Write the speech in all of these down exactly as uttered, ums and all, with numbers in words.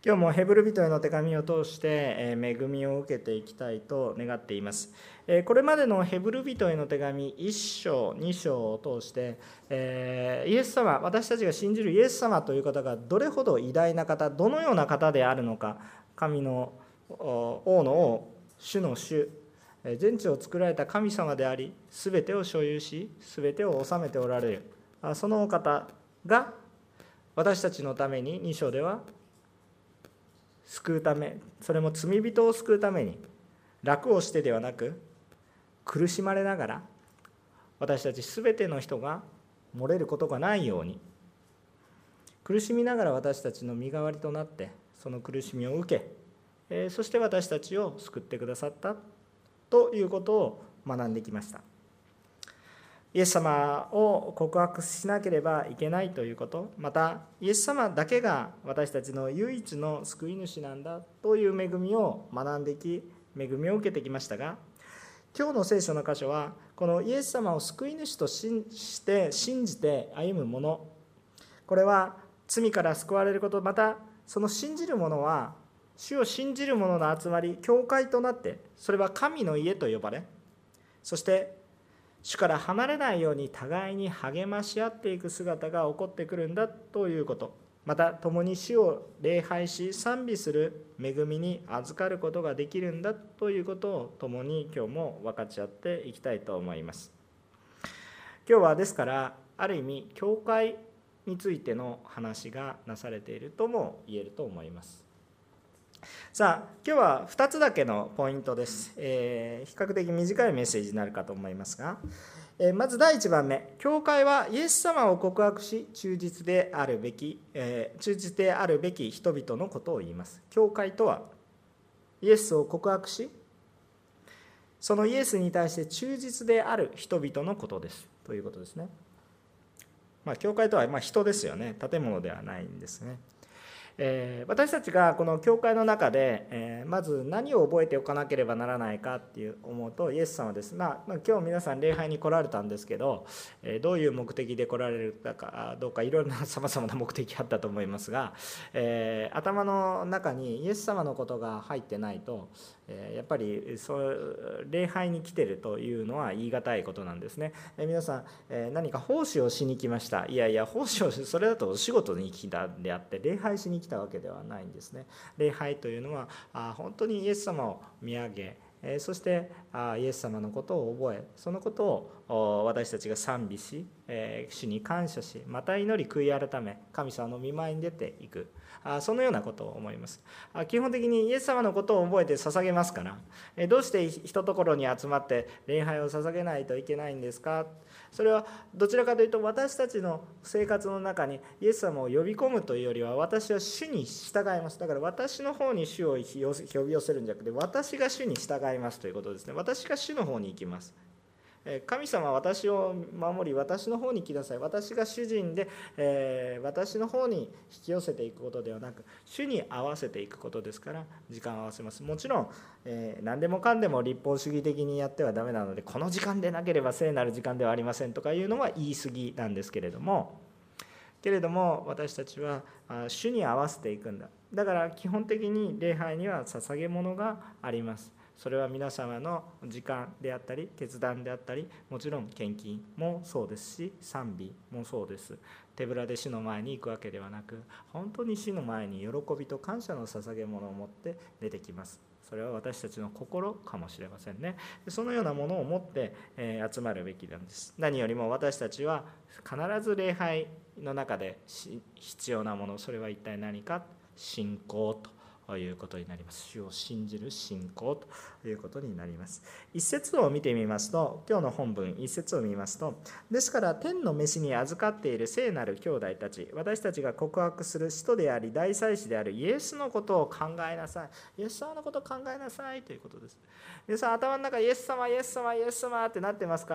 今日もヘブル人への手紙を通して恵みを受けていきたいと願っています。これまでのヘブル人への手紙いっ章に章を通してイエス様、私たちが信じるイエス様という方がどれほど偉大な方、どのような方であるのか、神の王の王、主の主、全地を作られた神様であり、すべてを所有し、すべてを治めておられるそのお方が私たちのためにに章では救うため、それも罪人を救うために楽をしてではなく苦しまれながら、私たちすべての人が漏れることがないように苦しみながら私たちの身代わりとなってその苦しみを受け、そして私たちを救ってくださったということを学んできました。イエス様を告白しなければいけないということ、またイエス様だけが私たちの唯一の救い主なんだという恵みを学んでき、恵みを受けてきましたが、今日の聖書の箇所はこのイエス様を救い主と信して信じて歩む者、これは罪から救われること、またその信じる者は主を信じる者の集まり、教会となって、それは神の家と呼ばれ、そして主から離れないように互いに励まし合っていく姿が起こってくるんだということ、また共に主を礼拝し賛美する恵みに預かることができるんだということを共に今日も分かち合っていきたいと思います。今日はですからある意味教会についての話がなされているとも言えると思います。さあ今日はふたつだけのポイントです、えー、比較的短いメッセージになるかと思いますが、えー、まずだいいちばんめ、教会はイエス様を告白し忠実であるべき、えー、忠実であるべき人々のことを言います。教会とはイエスを告白し、そのイエスに対して忠実である人々のことですということですね。まあ、教会とはまあ人ですよね、建物ではないんですね。えー、私たちがこの教会の中で、えー、まず何を覚えておかなければならないかっていう思うとイエス様です。まあ、まあ、今日皆さん礼拝に来られたんですけど、えー、どういう目的で来られるかどうかいろいろなさまざまな目的あったと思いますが、えー、頭の中にイエス様のことが入ってないと、えー、やっぱりそう礼拝に来てるというのは言い難いことなんですね。えー、皆さん、えー、何か奉仕をしに来ました。いやいや奉仕をそれだとお仕事に来たんであって礼拝しに来たわけではないんですね。礼拝というのはあ本当にイエス様を見上げ、えー、そしてあイエス様のことを覚え、そのことを私たちが賛美し、えー、主に感謝し、また祈り悔い改め神様の御前に出ていく、あそのようなことを思います。あ基本的にイエス様のことを覚えて捧げますから、えー、どうして一ところに集まって礼拝を捧げないといけないんですか。それはどちらかというと私たちの生活の中にイエス様を呼び込むというよりは、私は主に従います。だから私の方に主を呼び寄せるんじゃなくて、私が主に従いますということですね。私が主の方に行きます。神様は私を守り私の方に来なさい、私が主人で、えー、私の方に引き寄せていくことではなく主に合わせていくことですから、時間を合わせます。もちろん、えー、何でもかんでも立法主義的にやってはダメなので、この時間でなければ聖なる時間ではありませんとかいうのは言い過ぎなんですけれどもけれども私たちは主に合わせていくんだ。だから基本的に礼拝には捧げ物があります。それは皆様の時間であったり決断であったり、もちろん献金もそうですし賛美もそうです。手ぶらで主の前に行くわけではなく、本当に主の前に喜びと感謝の捧げ物を持って出てきます。それは私たちの心かもしれませんね。そのようなものを持って集まるべきなんです。何よりも私たちは必ず礼拝の中で必要なもの、それは一体何か、信仰ということになります。主を信じる信仰ということになります。一節を見てみますと、今日の本文一節を見ますと、ですから天の召しに預かっている聖なる兄弟たち、私たちが告白する使徒であり大祭司であるイエスのことを考えなさい。イエス様のことを考えなさいということです。皆さん頭の中イエス様イエス様イエス様ってなってますか。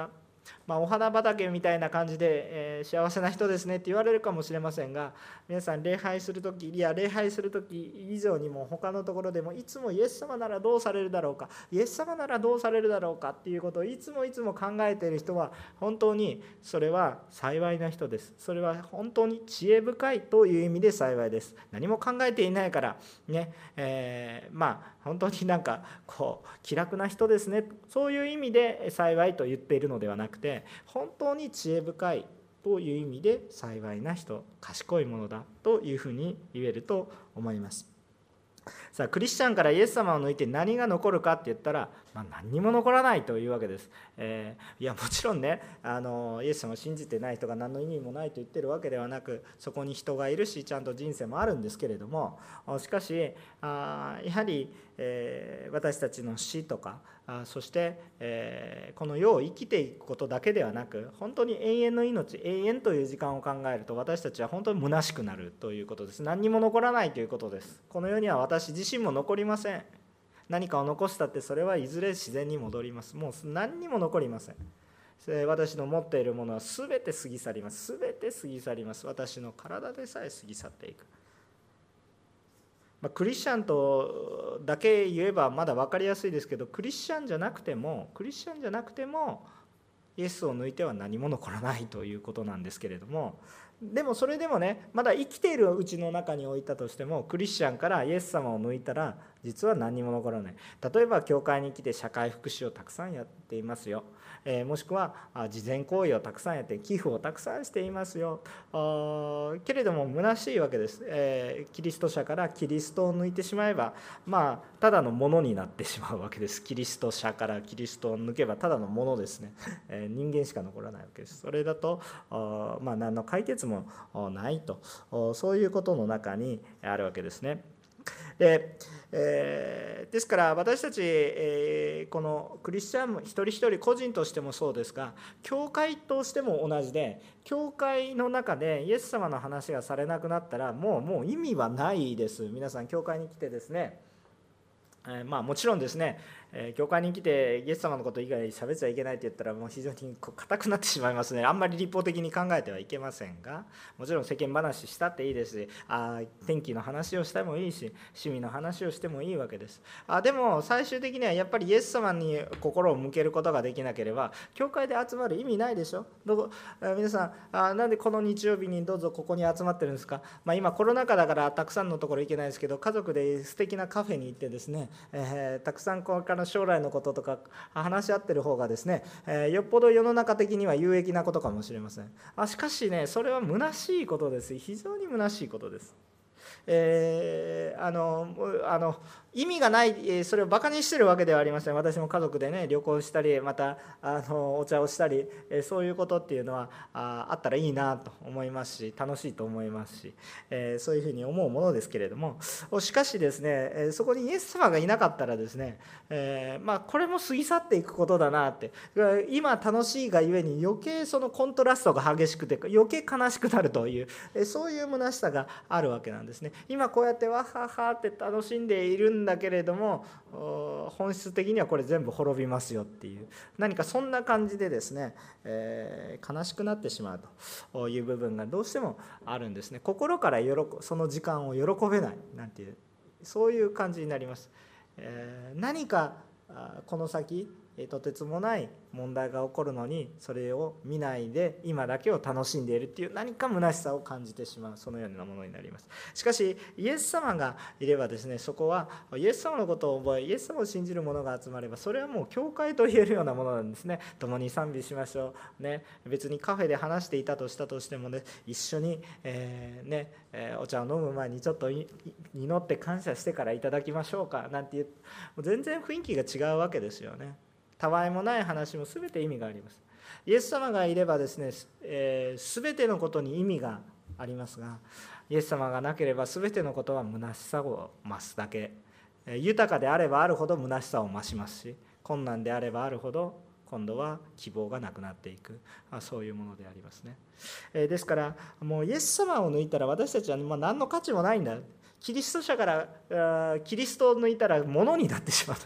まあ、お花畑みたいな感じで、えー、幸せな人ですねって言われるかもしれませんが、皆さん礼拝するとき、いや礼拝するとき以上にも他のところでもいつもイエス様ならどうされるだろうか、イエス様ならどうされるだろうかっていうことをいつもいつも考えている人は本当にそれは幸いな人です。それは本当に知恵深いという意味で幸いです。何も考えていないからね、えー、まあ本当になんかこう気楽な人ですね、そういう意味で幸いと言っているのではなくて、本当に知恵深いという意味で幸いな人、賢いものだというふうに言えると思います。さあクリスチャンからイエス様を抜いて何が残るかって言ったら、まあ、何にも残らないというわけです。えー、いやもちろんね、あのイエス様を信じてない人が何の意味もないと言ってるわけではなく、そこに人がいるしちゃんと人生もあるんですけれども、しかしあやはり、えー、私たちの死とか、あそして、えー、この世を生きていくことだけではなく、本当に永遠の命、永遠という時間を考えると、私たちは本当に虚しくなるということです。何にも残らないということです。この世には私自身も残りません。何かを残したってそれはいずれ自然に戻ります。もう何にも残りません。私の持っているものは全て過ぎ去ります。全て過ぎ去ります。私の体でさえ過ぎ去っていく。まあ、クリスチャンとだけ言えばまだ分かりやすいですけど、クリスチャンじゃなくてもクリスチャンじゃなくてもイエスを抜いては何も残らないということなんですけれども、でもそれでもね、まだ生きているうちの中に置いたとしても、クリスチャンからイエス様を抜いたら実は何にも残らない。例えば教会に来て社会福祉をたくさんやっていますよ、えー、もしくは慈善行為をたくさんやって寄付をたくさんしていますよ。あけれども虚しいわけです、えー、キリスト者からキリストを抜いてしまえば、まあただのものになってしまうわけです。キリスト者からキリストを抜けばただのものですね、えー、人間しか残らないわけです。それだとあ、まあ、何の解決もないと、そういうことの中にあるわけですね。でえー、ですから私たち、えー、このクリスチャン一人一人個人としてもそうですが、教会としても同じで、教会の中でイエス様の話がされなくなったらもうもう意味はないです。皆さん教会に来てですね、えー、まあもちろんですね、えー、教会に来てイエス様のこと以外喋っちゃいけないって言ったらもう非常にこう硬くなってしまいますね。あんまり立法的に考えてはいけませんが、もちろん世間話したっていいですし、あ天気の話をしてもいいし、趣味の話をしてもいいわけです。あでも最終的にはやっぱりイエス様に心を向けることができなければ教会で集まる意味ないでしょ。どこ皆さんあなんでこの日曜日にどうぞここに集まってるんですか。まあ、今コロナ禍だからたくさんのところ行けないですけど、家族で素敵なカフェに行ってですね、えー、たくさんこれから将来のこととか話し合ってる方がですね、えー、よっぽど世の中的には有益なことかもしれません。あしかしね、それは虚しいことです。非常に虚しいことです。えー、あのあの意味がない、それをバカにしてるわけではありません。私も家族でね旅行したり、またあのお茶をしたり、そういうことっていうのは あ, あったらいいなと思いますし、楽しいと思いますし、えー、そういうふうに思うものですけれども、しかしですね、そこにイエス様がいなかったらですね、えー、まあこれも過ぎ去っていくことだなって、今楽しいがゆえに余計そのコントラストが激しくて余計悲しくなるという、そういう虚しさがあるわけなんですね。今こうやってわははって楽しんでいるんだけれども、本質的にはこれ全部滅びますよっていう、何かそんな感じでですね、えー、悲しくなってしまうという部分がどうしてもあるんですね。心から喜その時間を喜べないなんていう、そういう感じになります。えー、何かこの先とてつもない問題が起こるのにそれを見ないで今だけを楽しんでいるっていう何か虚しさを感じてしまう、そのようなものになります。しかしイエス様がいればですね、そこはイエス様のことを覚えイエス様を信じる者が集まれば、それはもう教会と言えるようなものなんですね。共に賛美しましょうね。別にカフェで話していたとしたとしてもね、一緒に、えーねえー、お茶を飲む前にちょっと祈って感謝してからいただきましょうかなんていう、全然雰囲気が違うわけですよね。たわいもない話も全て意味があります。イエス様がいればですね、えー、全てのことに意味がありますが、イエス様がなければ全てのことは虚しさを増すだけ、豊かであればあるほど虚しさを増しますし、困難であればあるほど今度は希望がなくなっていく、そういうものでありますね。ですからもうイエス様を抜いたら私たちは何の価値もないんだ。キリスト者からキリストを抜いたら物になってしまう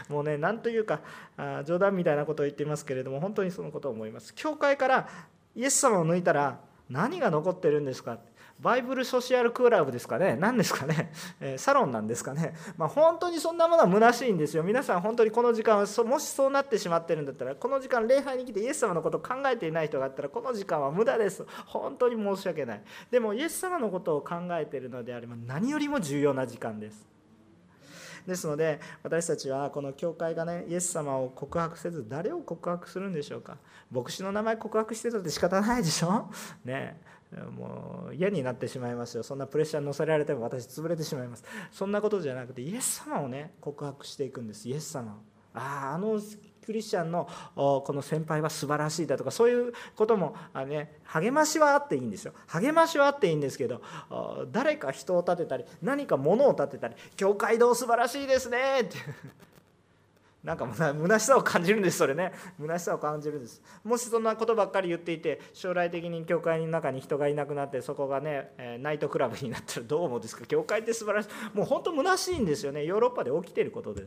もうね、なんというかあ冗談みたいなことを言っていますけれども、本当にそのことを思います。教会からイエス様を抜いたら何が残ってるんですか。バイブルソシアルクラブですかね、何ですかね、えサロンなんですかね、まあ、本当にそんなものは虚しいんですよ。皆さん、本当にこの時間は、もしそうなってしまってるんだったら、この時間、礼拝に来てイエス様のことを考えていない人があったら、この時間は無駄です。本当に申し訳ない。でも、イエス様のことを考えているのであれば、何よりも重要な時間です。ですので、私たちはこの教会がね、イエス様を告白せず、誰を告白するんでしょうか。牧師の名前告白してたって仕方ないでしょ。ね、もう嫌になってしまいますよ。そんなプレッシャーに乗せられても私潰れてしまいます。そんなことじゃなくて、イエス様をね、告白していくんです。イエス様を。ああ、あのクリスチャンのこの先輩は素晴らしいだとか、そういうこともあ、ね、励ましはあっていいんですよ。励ましはあっていいんですけど、誰か人を立てたり何か物を立てたり、教会堂素晴らしいですねってなんか虚しさを感じるんです。それね、虚しさを感じるんです。もしそんなことばっかり言っていて、将来的に教会の中に人がいなくなって、そこがねナイトクラブになったらどう思うんですか。教会って素晴らしい、もう本当虚しいんですよね。ヨーロッパで起きていることです。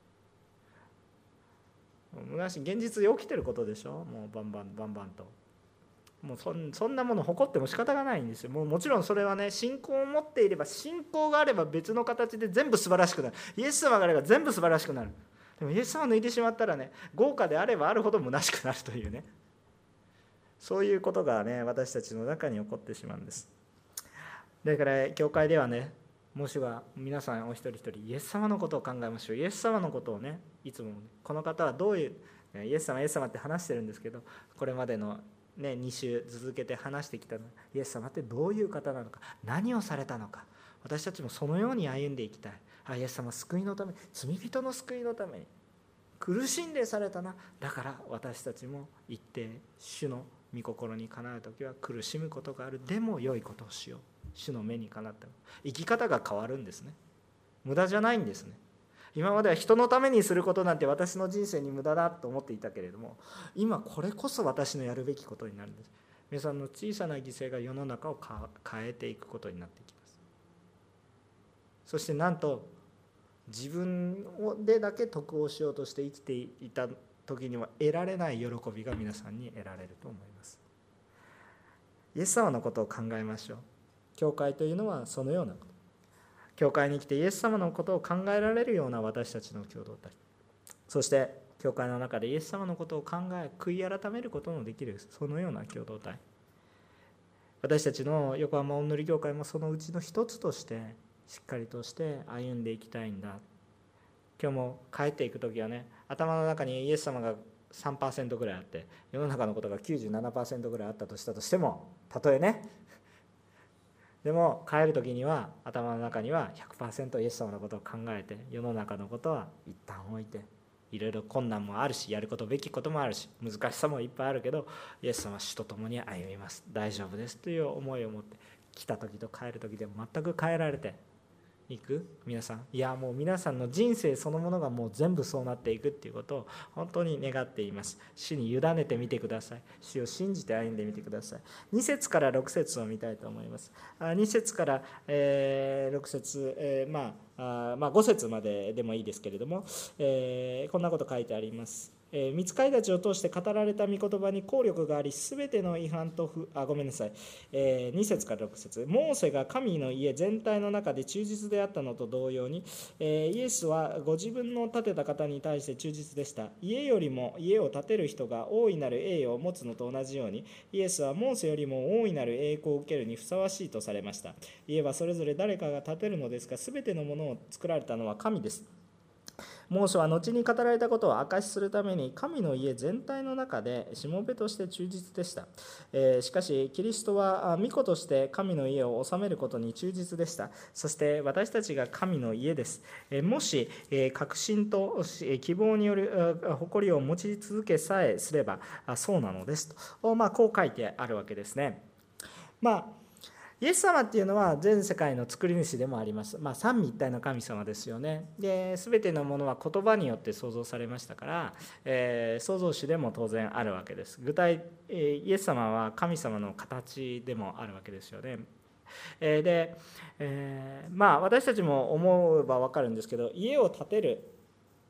虚しい、現実で起きてることでしょ。もうバンバンバンバンと、もう そ, そんなもの誇っても仕方がないんですよ。もうもちろんそれはね、信仰を持っていれば、信仰があれば別の形で全部素晴らしくなる。イエス様があれば全部素晴らしくなる。でもイエス様を抜いてしまったらね、豪華であればあるほど虚しくなるというね、そういうことがね、私たちの中に起こってしまうんです。だから教会ではね、もしは皆さんお一人一人イエス様のことを考えましょう。イエス様のことをね、いつもこの方はどういう、イエス様イエス様って話してるんですけど、これまでのね、に週続けて話してきたのは、イエス様ってどういう方なのか、何をされたのか、私たちもそのように歩んでいきたい。あ、イエス様救いのために、罪人の救いのために苦しんでされたな。だから私たちも一定主の御心にかなうときは苦しむことがある。でも良いことをしよう。主の目にかなった生き方が変わるんですね。無駄じゃないんですね。今までは人のためにすることなんて私の人生に無駄だと思っていたけれども、今これこそ私のやるべきことになるんです。皆さんの小さな犠牲が世の中を変えていくことになってきます。そしてなんと自分でだけ得をしようとして生きていた時には得られない喜びが皆さんに得られると思います。イエス様のことを考えましょう。教会というのはそのようなこと。教会に来てイエス様のことを考えられるような私たちの共同体、そして教会の中でイエス様のことを考え悔い改めることのできるそのような共同体、私たちの横浜おんのり教会もそのうちの一つとしてしっかりとして歩んでいきたいんだ。今日も帰っていくときはね、頭の中にイエス様が さんパーセント ぐらいあって世の中のことが きゅうじゅうななパーセント ぐらいあったとしたとしても、たとえね、でも帰る時には頭の中には ひゃくパーセント イエス様のことを考えて、世の中のことは一旦置いて、いろいろ困難もあるし、やることべきこともあるし、難しさもいっぱいあるけど、イエス様は主と共に歩みます、大丈夫ですという思いを持って、来た時と帰る時でも全く変えられていく皆さん、いやもう皆さんの人生そのものがもう全部そうなっていくっていうことを本当に願っています。主に委ねてみてください。主を信じて歩んでみてください。に節からろく節を見たいと思います。に節から、えー、ろく節、えー、まああまあご節まででもいいですけれども、えー、こんなこと書いてあります。御使いたちを通して語られた御言葉に効力があり、すべての違反と不あごめんなさい、えー、に節からろく節、モーセが神の家全体の中で忠実であったのと同様に、えー、イエスはご自分の建てた方に対して忠実でした。家よりも家を建てる人が大いなる栄誉を持つのと同じように、イエスはモーセよりも大いなる栄光を受けるにふさわしいとされました。家はそれぞれ誰かが建てるのですが、すべてのものを作られたのは神です。モーセは後に語られたことを証しするために神の家全体の中でしもべとして忠実でした。えー、しかしキリストは御子として神の家を治めることに忠実でした。そして私たちが神の家です。えー、もし、えー、確信と希望による誇りを持ち続けさえすればそうなのですと、まあ、こう書いてあるわけですね。まあイエス様っていうのは全世界の作り主でもあります。まあ、三位一体の神様ですよね。で、全てのものは言葉によって創造されましたから、えー、創造主でも当然あるわけです。具体、えー、イエス様は神様の形でもあるわけですよね。えー、で、えー、まあ私たちも思えば分かるんですけど、家を建てる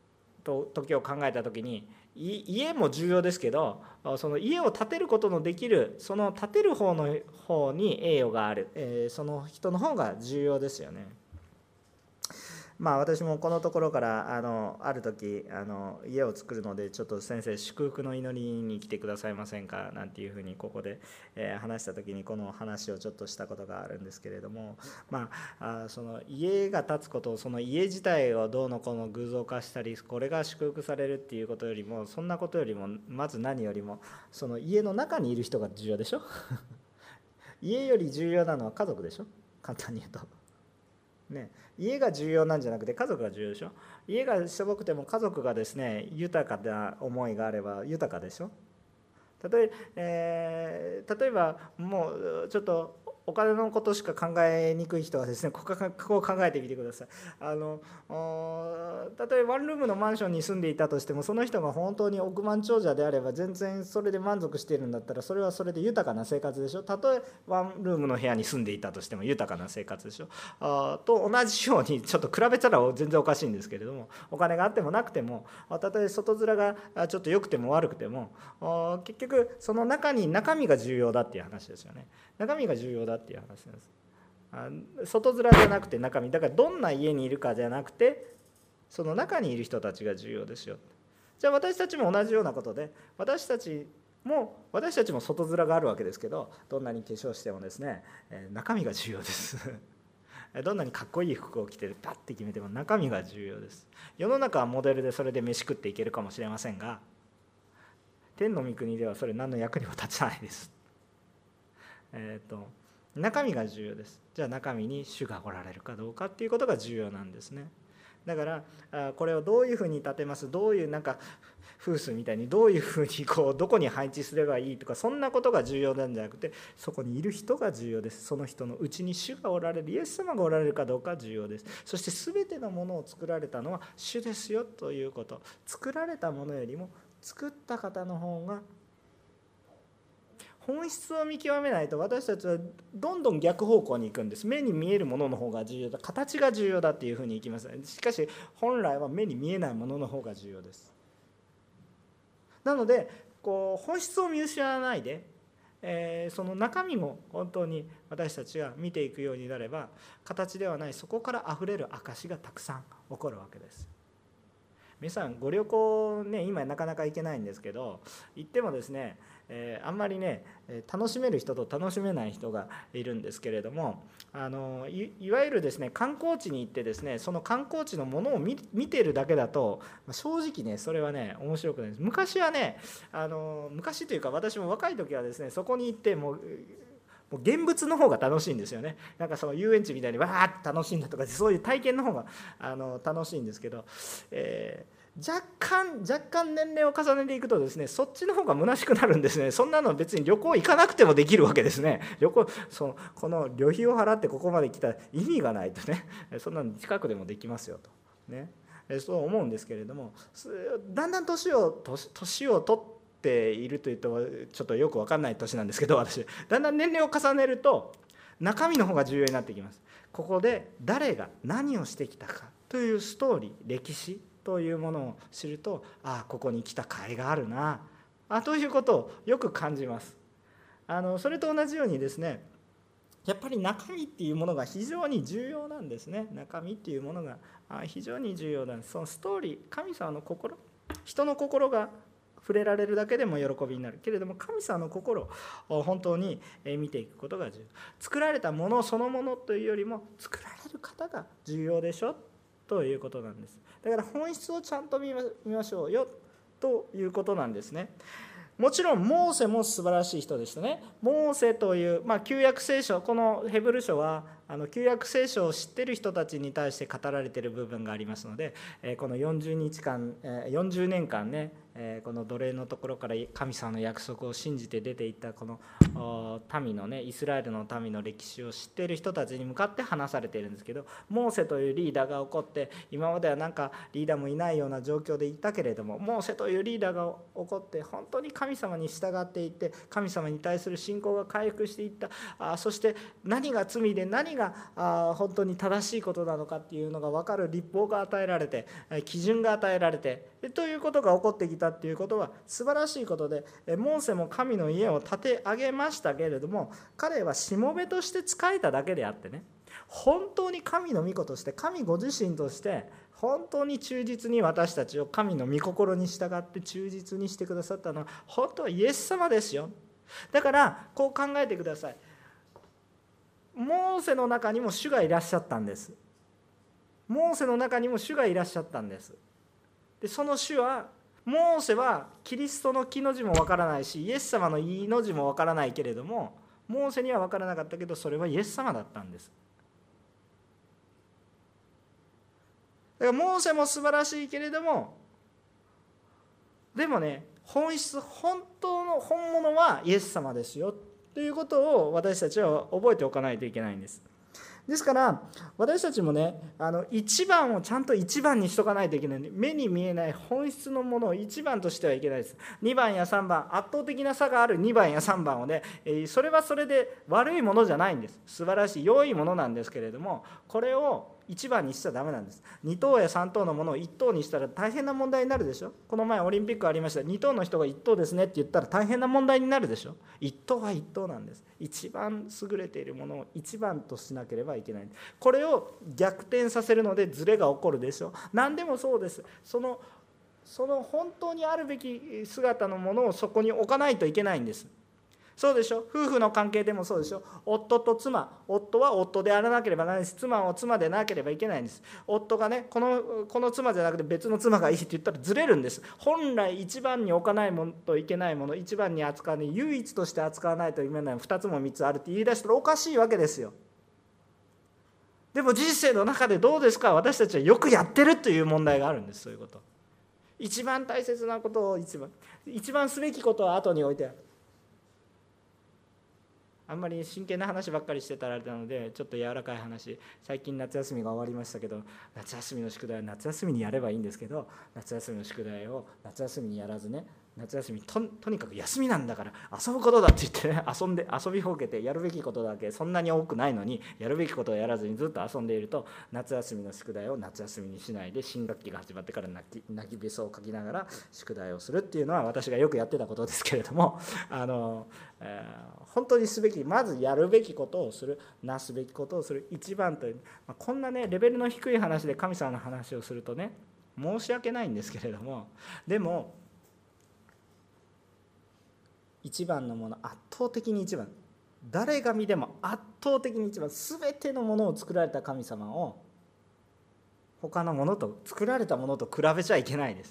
と時を考えた時に、家も重要ですけど、その家を建てることのできるその建てる方の方に栄誉がある、えー、その人の方が重要ですよね。まあ私もこのところからあのある時あの家を作るので、ちょっと先生祝福の祈りに来てくださいませんかなんていうふうにここで、えー、話した時にこの話をちょっとしたことがあるんですけれども、まあ、あその家が建つこと、その家自体をどうのこの偶像化したり、これが祝福されるっていうことよりも、そんなことよりもまず何よりもその家の中にいる人が重要でしょ家より重要なのは家族でしょ、簡単に言うと。ね、家が重要なんじゃなくて家族が重要でしょ。家がしょぼくても家族がですね豊かな思いがあれば豊かでしょ。例ええー、例えばもうちょっとお金のことしか考えにくい人はですね、ここを考えてみてください。あの例えばワンルームのマンションに住んでいたとしても、その人が本当に億万長者であれば全然それで満足しているんだったら、それはそれで豊かな生活でしょ。たとえワンルームの部屋に住んでいたとしても豊かな生活でしょ。あと同じようにちょっと比べたら全然おかしいんですけれども、お金があってもなくても、たとえ外面がちょっと良くても悪くても、結局その中に中身が重要だっていう話ですよね。中身が重要だっていう話です。外面じゃなくて中身だから、どんな家にいるかじゃなくてその中にいる人たちが重要ですよ。じゃあ私たちも同じようなことで、私たちも私たちも外面があるわけですけど、どんなに化粧してもですね中身が重要ですどんなにかっこいい服を着てパッて決めても中身が重要です。世の中はモデルでそれで飯食っていけるかもしれませんが、天の御国ではそれ何の役にも立たないです。えーと、中身が重要です。じゃあ中身に主がおられるかどうかっていうことが重要なんですね。だからこれをどういうふうに立てます、どういうなんかフースみたいにどういうふうにこうどこに配置すればいいとか、そんなことが重要なんじゃなくて、そこにいる人が重要です。その人のうちに主がおられる、イエス様がおられるかどうか重要です。そして全てのものを作られたのは主ですよということ。作られたものよりも作った方の方が、本質を見極めないと私たちはどんどん逆方向に行くんです。目に見えるものの方が重要だ、形が重要だっていうふうにいきます。しかし本来は目に見えないものの方が重要です。なのでこう本質を見失わないで、えー、その中身も本当に私たちが見ていくようになれば、形ではないそこからあふれる証がたくさん起こるわけです。皆さんご旅行ね、今なかなか行けないんですけど、行ってもですね、えー、あんまりね楽しめる人と楽しめない人がいるんですけれども、あの い, いわゆるですね観光地に行ってですね、その観光地のものを 見, 見てるだけだと正直ねそれはね面白くないです。昔はねあの昔というか私も若い時はですね、そこに行ってもうもう現物の方が楽しいんですよね。なんかその遊園地みたいにわーって楽しいんだとか、そういう体験の方があの楽しいんですけど、えー、若干若干年齢を重ねていくとですね、そっちの方が虚しくなるんですね。そんなの別に旅行行かなくてもできるわけですね。旅行そのこの旅費を払ってここまで来た意味がないとね、そんなの近くでもできますよとね、そう思うんですけれども、だんだん年を年を取ってているというとちょっとよく分かんない年なんですけど、私だんだん年齢を重ねると中身の方が重要になってきます。ここで誰が何をしてきたかというストーリー、歴史というものを知ると、ああここに来た甲斐があるなあということをよく感じます。あのそれと同じようにですね、やっぱり中身っていうものが非常に重要なんですね。中身っていうものが非常に重要なんです。そのストーリー、神様の心、人の心が触れられるだけでも喜びになるけれども、神様の心を本当に見ていくことが重要。作られたものそのものというよりも作られる方が重要でしょということなんです。だから本質をちゃんと見ましょうよということなんですね。もちろんモーセも素晴らしい人でしたね。モーセという、まあ、旧約聖書、このヘブル書はあの旧約聖書を知っている人たちに対して語られている部分がありますので、このよんじゅうにちかんよんじゅうねんかんねえー、この奴隷のところから神様の約束を信じて出ていったこの民のね、イスラエルの民の歴史を知っている人たちに向かって話されているんですけど、モーセというリーダーが起こって、今まではなんかリーダーもいないような状況でいたけれども、モーセというリーダーが起こって本当に神様に従っていって、神様に対する信仰が回復していった。あそして何が罪で何があ本当に正しいことなのかっていうのが分かる立法が与えられて、基準が与えられてということが起こってきたっていうことは素晴らしいことで、モーセも神の家を建て上げましたけれども、彼はしもべとして仕えただけであってね、本当に神の御子として、神ご自身として本当に忠実に私たちを神の御心に従って忠実にしてくださったのは本当はイエス様ですよ。だからこう考えてください。モーセの中にも主がいらっしゃったんです。モーセの中にも主がいらっしゃったんです。でその主は、モーセはキリストの木の字もわからないし、イエス様のいの字もわからないけれども、モーセにはわからなかったけど、それはイエス様だったんです。だからモーセも素晴らしいけれども、でもね、本質、本当の本物はイエス様ですよということを私たちは覚えておかないといけないんです。ですから私たちもね、あの一番をちゃんと一番にしとかないといけない。目に見えない本質のものを一番としてはいけないです。にばんやさんばん、圧倒的な差があるにばんやさんばんをね、それはそれで悪いものじゃないんです。素晴らしい良いものなんですけれども、これをいちばんにしちゃダメなんです。に等やさん等のものをいち等にしたら大変な問題になるでしょ。この前オリンピックありました。に等の人がいち等ですねって言ったら大変な問題になるでしょ。いち等はいち等なんです。一番優れているものを一番としなければいけない。これを逆転させるのでズレが起こるでしょ。何でもそうです。そのその本当にあるべき姿のものをそこに置かないといけないんです。そうでしょ。夫婦の関係でもそうでしょ。夫と妻、夫は夫であらなければならないし、妻は妻でなければいけないんです。夫がね、このこの妻じゃなくて別の妻がいいって言ったらずれるんです。本来一番に置かないものといけないもの、一番に扱わない、唯一として扱わないといけないふたつもみっつあるって言い出したらおかしいわけですよ。でも人生の中でどうですか。私たちはよくやってるという問題があるんです。そういうこと、一番大切なことを一番一番すべきことは後に置いてある。あんまり真剣な話ばっかりしてたらあれなので、ちょっと柔らかい話。最近夏休みが終わりましたけど、夏休みの宿題は夏休みにやればいいんですけど、夏休みの宿題を夏休みにやらずね、夏休み と, とにかく休みなんだから遊ぶことだって言ってね、遊んで遊びほうけて、やるべきことだけそんなに多くないのにやるべきことをやらずにずっと遊んでいると、夏休みの宿題を夏休みにしないで、新学期が始まってから泣き泣きべそを書きながら宿題をするっていうのは私がよくやってたことですけれども、あの、えー、本当にすべき、まずやるべきことをする、なすべきことをする一番という、まあ、こんなねレベルの低い話で神様の話をするとね、申し訳ないんですけれども、でも一番のもの、圧倒的に一番、誰が見ても圧倒的に一番、全てのものを作られた神様を他のものと、作られたものと比べちゃいけないです。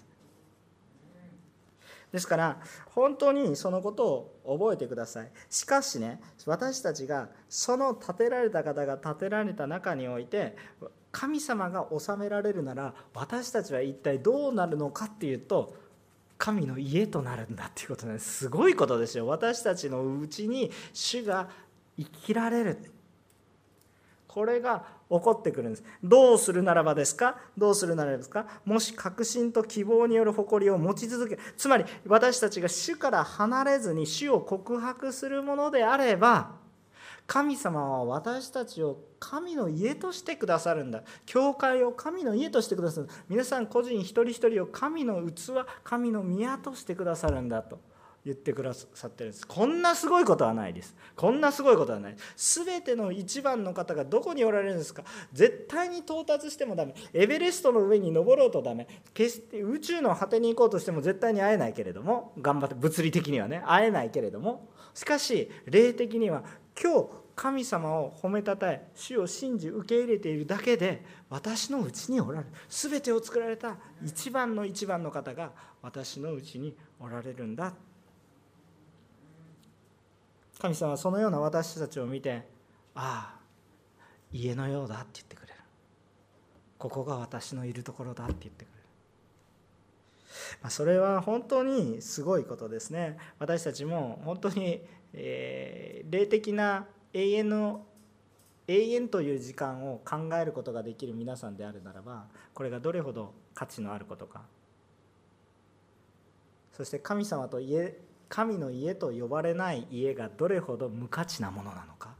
ですから本当にそのことを覚えてください。しかしね、私たちがその建てられた方が建てられた中において神様が治められるなら、私たちは一体どうなるのかっていうと、神の家となるんだっていうことなんです。すごいことですよ。私たちのうちに主が生きられる、これが起こってくるんです。どうするならばですか。どうするならばですか。もし確信と希望による誇りを持ち続け、つまり私たちが主から離れずに主を告白するものであれば、神様は私たちを神の家としてくださるんだ。教会を神の家としてくださる。皆さん個人一人一人を神の器、神の宮としてくださるんだと言ってくださってるんです。こんなすごいことはないです。こんなすごいことはない。すべての一番の方がどこにおられるんですか。絶対に到達してもダメ。エベレストの上に登ろうとダメ。決して宇宙の果てに行こうとしても絶対に会えないけれども、頑張って物理的にはね会えないけれども、しかし霊的には今日神様を褒めたたえ、主を信じ受け入れているだけで私のうちにおられる。すべてを作られた一番の一番の方が私のうちにおられるんだ。神様はそのような私たちを見て、ああ家のようだって言ってくれる。ここが私のいるところだって言ってくれる。 それは本当にすごいことですね。私たちも本当に、えー、霊的な永遠の永遠という時間を考えることができる皆さんであるならば、これがどれほど価値のあることか、そして神様と家神の家と呼ばれない家がどれほど無価値なものなのか。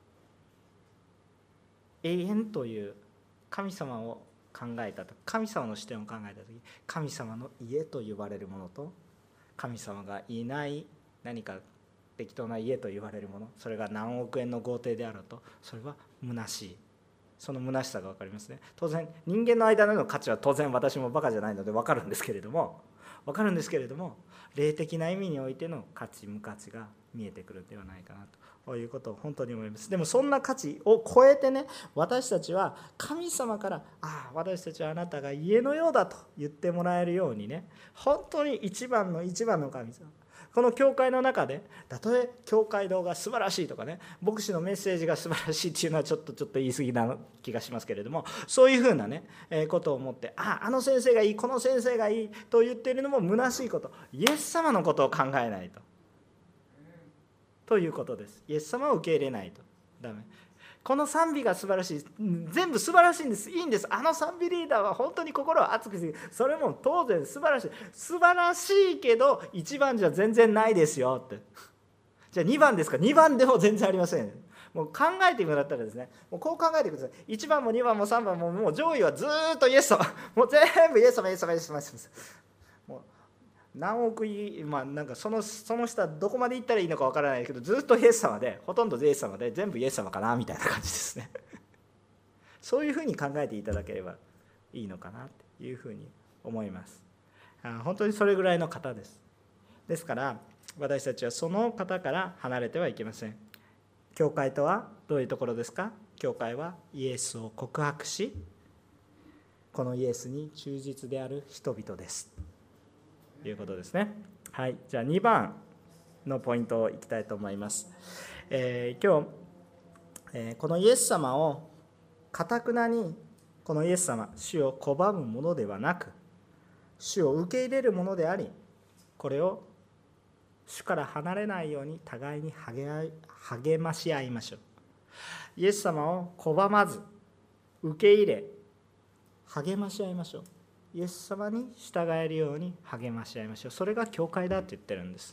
永遠という神様を考えたと神様の視点を考えたとき、神様の家と呼ばれるものと、神様がいない何か適当な家と言われるもの、それが何億円の豪邸であろうと、それは虚しい。その虚しさが分かりますね。当然人間の間での価値は当然私もバカじゃないので分かるんですけれども分かるんですけれども霊的な意味においての価値無価値が見えてくるのではないかなということを本当に思います。でもそんな価値を超えてね、私たちは神様からああ私たちはあなたが家のようだと言ってもらえるようにね、本当に一番の一番の神様、この教会の中でたとえ教会堂が素晴らしいとかね、牧師のメッセージが素晴らしいっていうのはちょっとちょっと言い過ぎな気がしますけれども、そういうふうなね、えー、ことを思ってあああの先生がいいこの先生がいいと言っているのも虚しいこと、イエス様のことを考えないとということです。イエス様を受け入れないとダメ。この賛美が素晴らしい、全部素晴らしいんです、いいんです、あの賛美リーダーは本当に心を熱くして、それも当然素晴らしい素晴らしいけどいちばんじゃ全然ないですよって。じゃあにばんですか、にばんでも全然ありません。もう考えてもらったらですね、もうこう考えてください。いちばんもにばんもさんばんももう上位はずっとイエス様、もう全部イエス様イエス様イエス様イエス様、もう何億い、まあ、なんかそのその下どこまで行ったらいいのかわからないけど、ずっとイエス様で、ほとんどイエス様で、全部イエス様かなみたいな感じですね。そういうふうに考えていただければいいのかなというふうに思います。あ、本当にそれぐらいの方です。ですから私たちはその方から離れてはいけません。教会とはどういうところですか。教会はイエスを告白し、このイエスに忠実である人々ですということですね。はい、じゃあにばんのポイントをいきたいと思います。えー、今日、えー、このイエス様を堅なに、このイエス様、主を拒むものではなく、主を受け入れるものであり、これを主から離れないように互いに励まし合いましょう。イエス様を拒まず受け入れ励まし合いましょう。イエス様に従えるように励まし合いましょう。それが教会だと言ってるんです。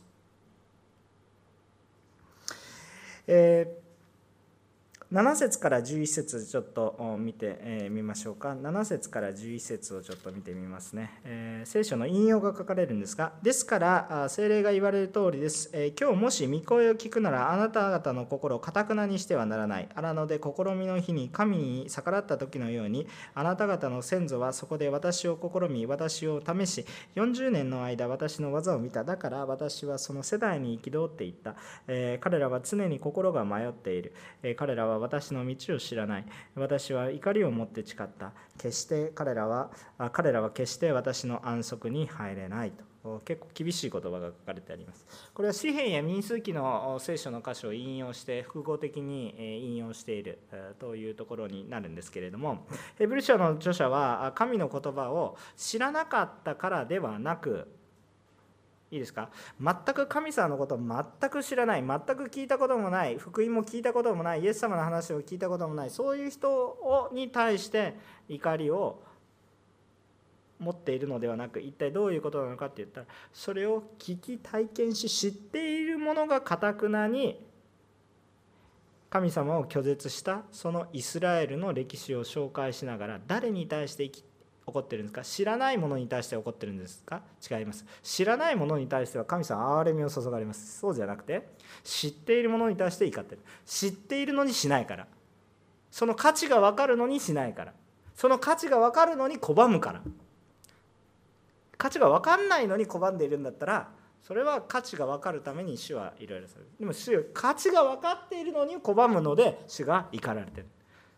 えーなな節からじゅういち節ちょっと見てみましょうか。なな節からじゅういち節をちょっと見てみますね。えー、聖書の引用が書かれるんですが、ですから聖霊が言われる通りです。えー、今日もし御声を聞くなら、あなた方の心を堅なにしてはならない。荒野で試みの日に神に逆らった時のように、あなた方の先祖はそこで私を試み、私を試し、よんじゅうねんの間私の技を見た。だから私はその世代に憤っていった。えー、彼らは常に心が迷っている。えー、彼らは私の道を知らない。私は怒りを持って誓った。決して彼らは彼らは決して私の安息に入れないと、結構厳しい言葉が書かれてあります。これは詩篇や民数記の聖書の箇所を引用して複合的に引用しているというところになるんですけれども、ヘブル書の著者は神の言葉を知らなかったからではなく、いいですか、全く神様のことを全く知らない、全く聞いたこともない、福音も聞いたこともない、イエス様の話を聞いたこともない、そういう人をに対して怒りを持っているのではなく、一体どういうことなのかって言ったら、それを聞き体験し知っているものが堅なに神様を拒絶したそのイスラエルの歴史を紹介しながら、誰に対して生き怒ってるんですか。知らないものに対して怒ってるんですか。違います。知らないものに対しては神様憐れみを注がれます。そうじゃなくて、知っているものに対して怒ってる。知っているのにしないから、その価値が分かるのにしないから、その価値が分かるのに拒むから。価値が分かんないのに拒んでいるんだったら、それは価値が分かるために主はいろいろする。でも主、価値が分かっているのに拒むので主が怒られてる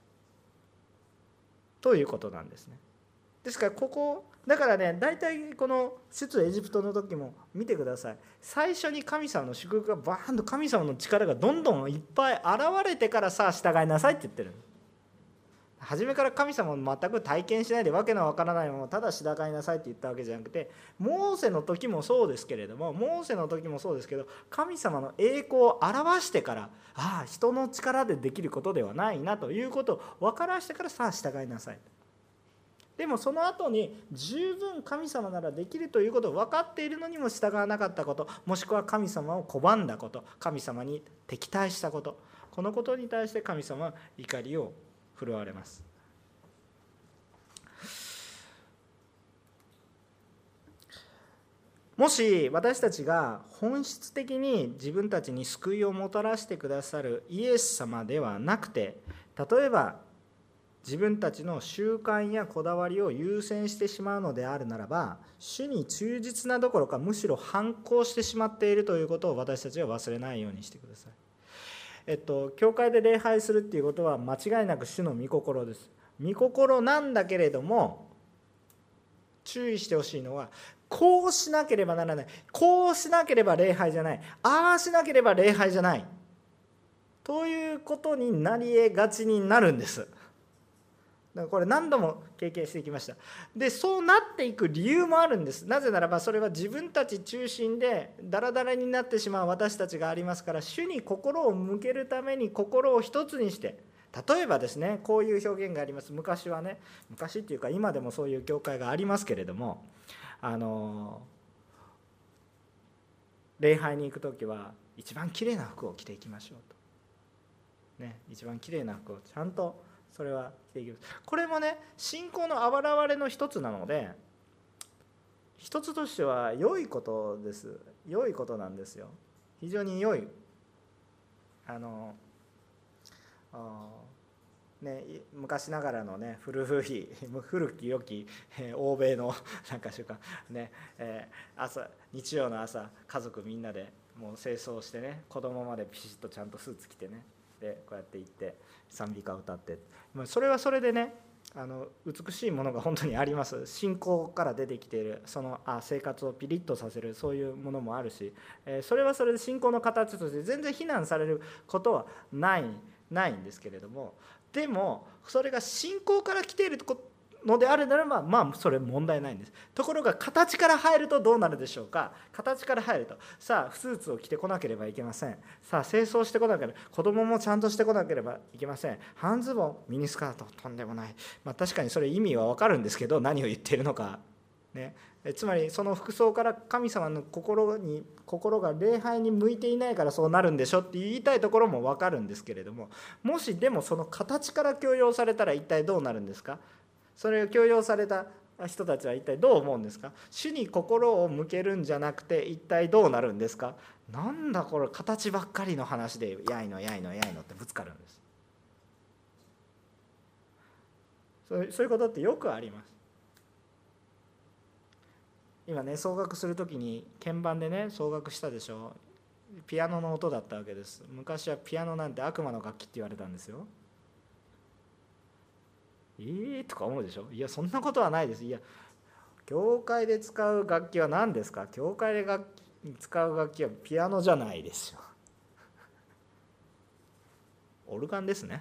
ということなんですね。ですからここだからね、大体この出エジプトの時も見てください。最初に神様の祝福がバーンと、神様の力がどんどんいっぱい現れてから、さあ従いなさいって言ってる。 初めから神様を全く体験しないでわけのわからないままただ従いなさいって言ったわけじゃなくて、モーセの時もそうですけれどもモーセの時もそうですけど神様の栄光を表してから、ああ人の力でできることではないなということを分からしてから、さあ従いなさい。でもその後に十分神様ならできるということを分かっているのにも従わなかったこと、もしくは神様を拒んだこと、神様に敵対したこと、このことに対して神様は怒りを振るわれます。もし私たちが本質的に自分たちに救いをもたらしてくださるイエス様ではなくて、例えば自分たちの習慣やこだわりを優先してしまうのであるならば、主に忠実などころかむしろ反抗してしまっているということを私たちは忘れないようにしてください。えっと、教会で礼拝するっていうことは間違いなく主の御心です。御心なんだけれども、注意してほしいのは、こうしなければならない、こうしなければ礼拝じゃない、ああしなければ礼拝じゃないということになり得がちになるんです。だからこれ何度も経験してきました。でそうなっていく理由もあるんです。なぜならばそれは自分たち中心でダラダラになってしまう私たちがありますから、主に心を向けるために心を一つにして、例えばですね、こういう表現があります。昔はね、昔っていうか今でもそういう教会がありますけれども、あの礼拝に行くときは一番きれいな服を着ていきましょうと、ね、一番きれいな服をちゃんとそれは着ていきます。これもね、信仰の現れの一つなので、一つとしては良いことです。良いことなんですよ。非常に良い。あのあね、昔ながらのね、古い古き良き、えー、欧米のなんか習慣ね、えー、朝日曜の朝家族みんなでもう清掃してね、子供までピシッとちゃんとスーツ着てね、でこうやって行って賛美歌を歌って、それはそれでね、あの美しいものが本当にあります。信仰から出てきているそのあ生活をピリッとさせるそういうものもあるし、えー、それはそれで信仰の形として全然非難されることはないないんですけれども、でもそれが信仰から来ているのであるならば、まあそれ問題ないんです。ところが形から入るとどうなるでしょうか。形から入ると、さあスーツを着てこなければいけません。さあ清掃してこなければ、子供もちゃんとしてこなければいけません。半ズボン、ミニスカート、とんでもない。まあ確かにそれ意味は分かるんですけど、何を言っているのかね、つまりその服装から神様の心に心が礼拝に向いていないからそうなるんでしょって言いたいところも分かるんですけれども、もしでもその形から強要されたら一体どうなるんですか。それを強要された人たちは一体どう思うんですか。主に心を向けるんじゃなくて一体どうなるんですか。なんだこれ形ばっかりの話でやいのやいのやいのってぶつかるんです。そうそういうことってよくあります。今ね、奏楽するときに鍵盤でね奏楽したでしょ。ピアノの音だったわけです。昔はピアノなんて悪魔の楽器って言われたんですよ。えーとか思うでしょ。いやそんなことはないです。いや教会で使う楽器は何ですか。教会で楽器使う楽器はピアノじゃないですよ。オルガンですね。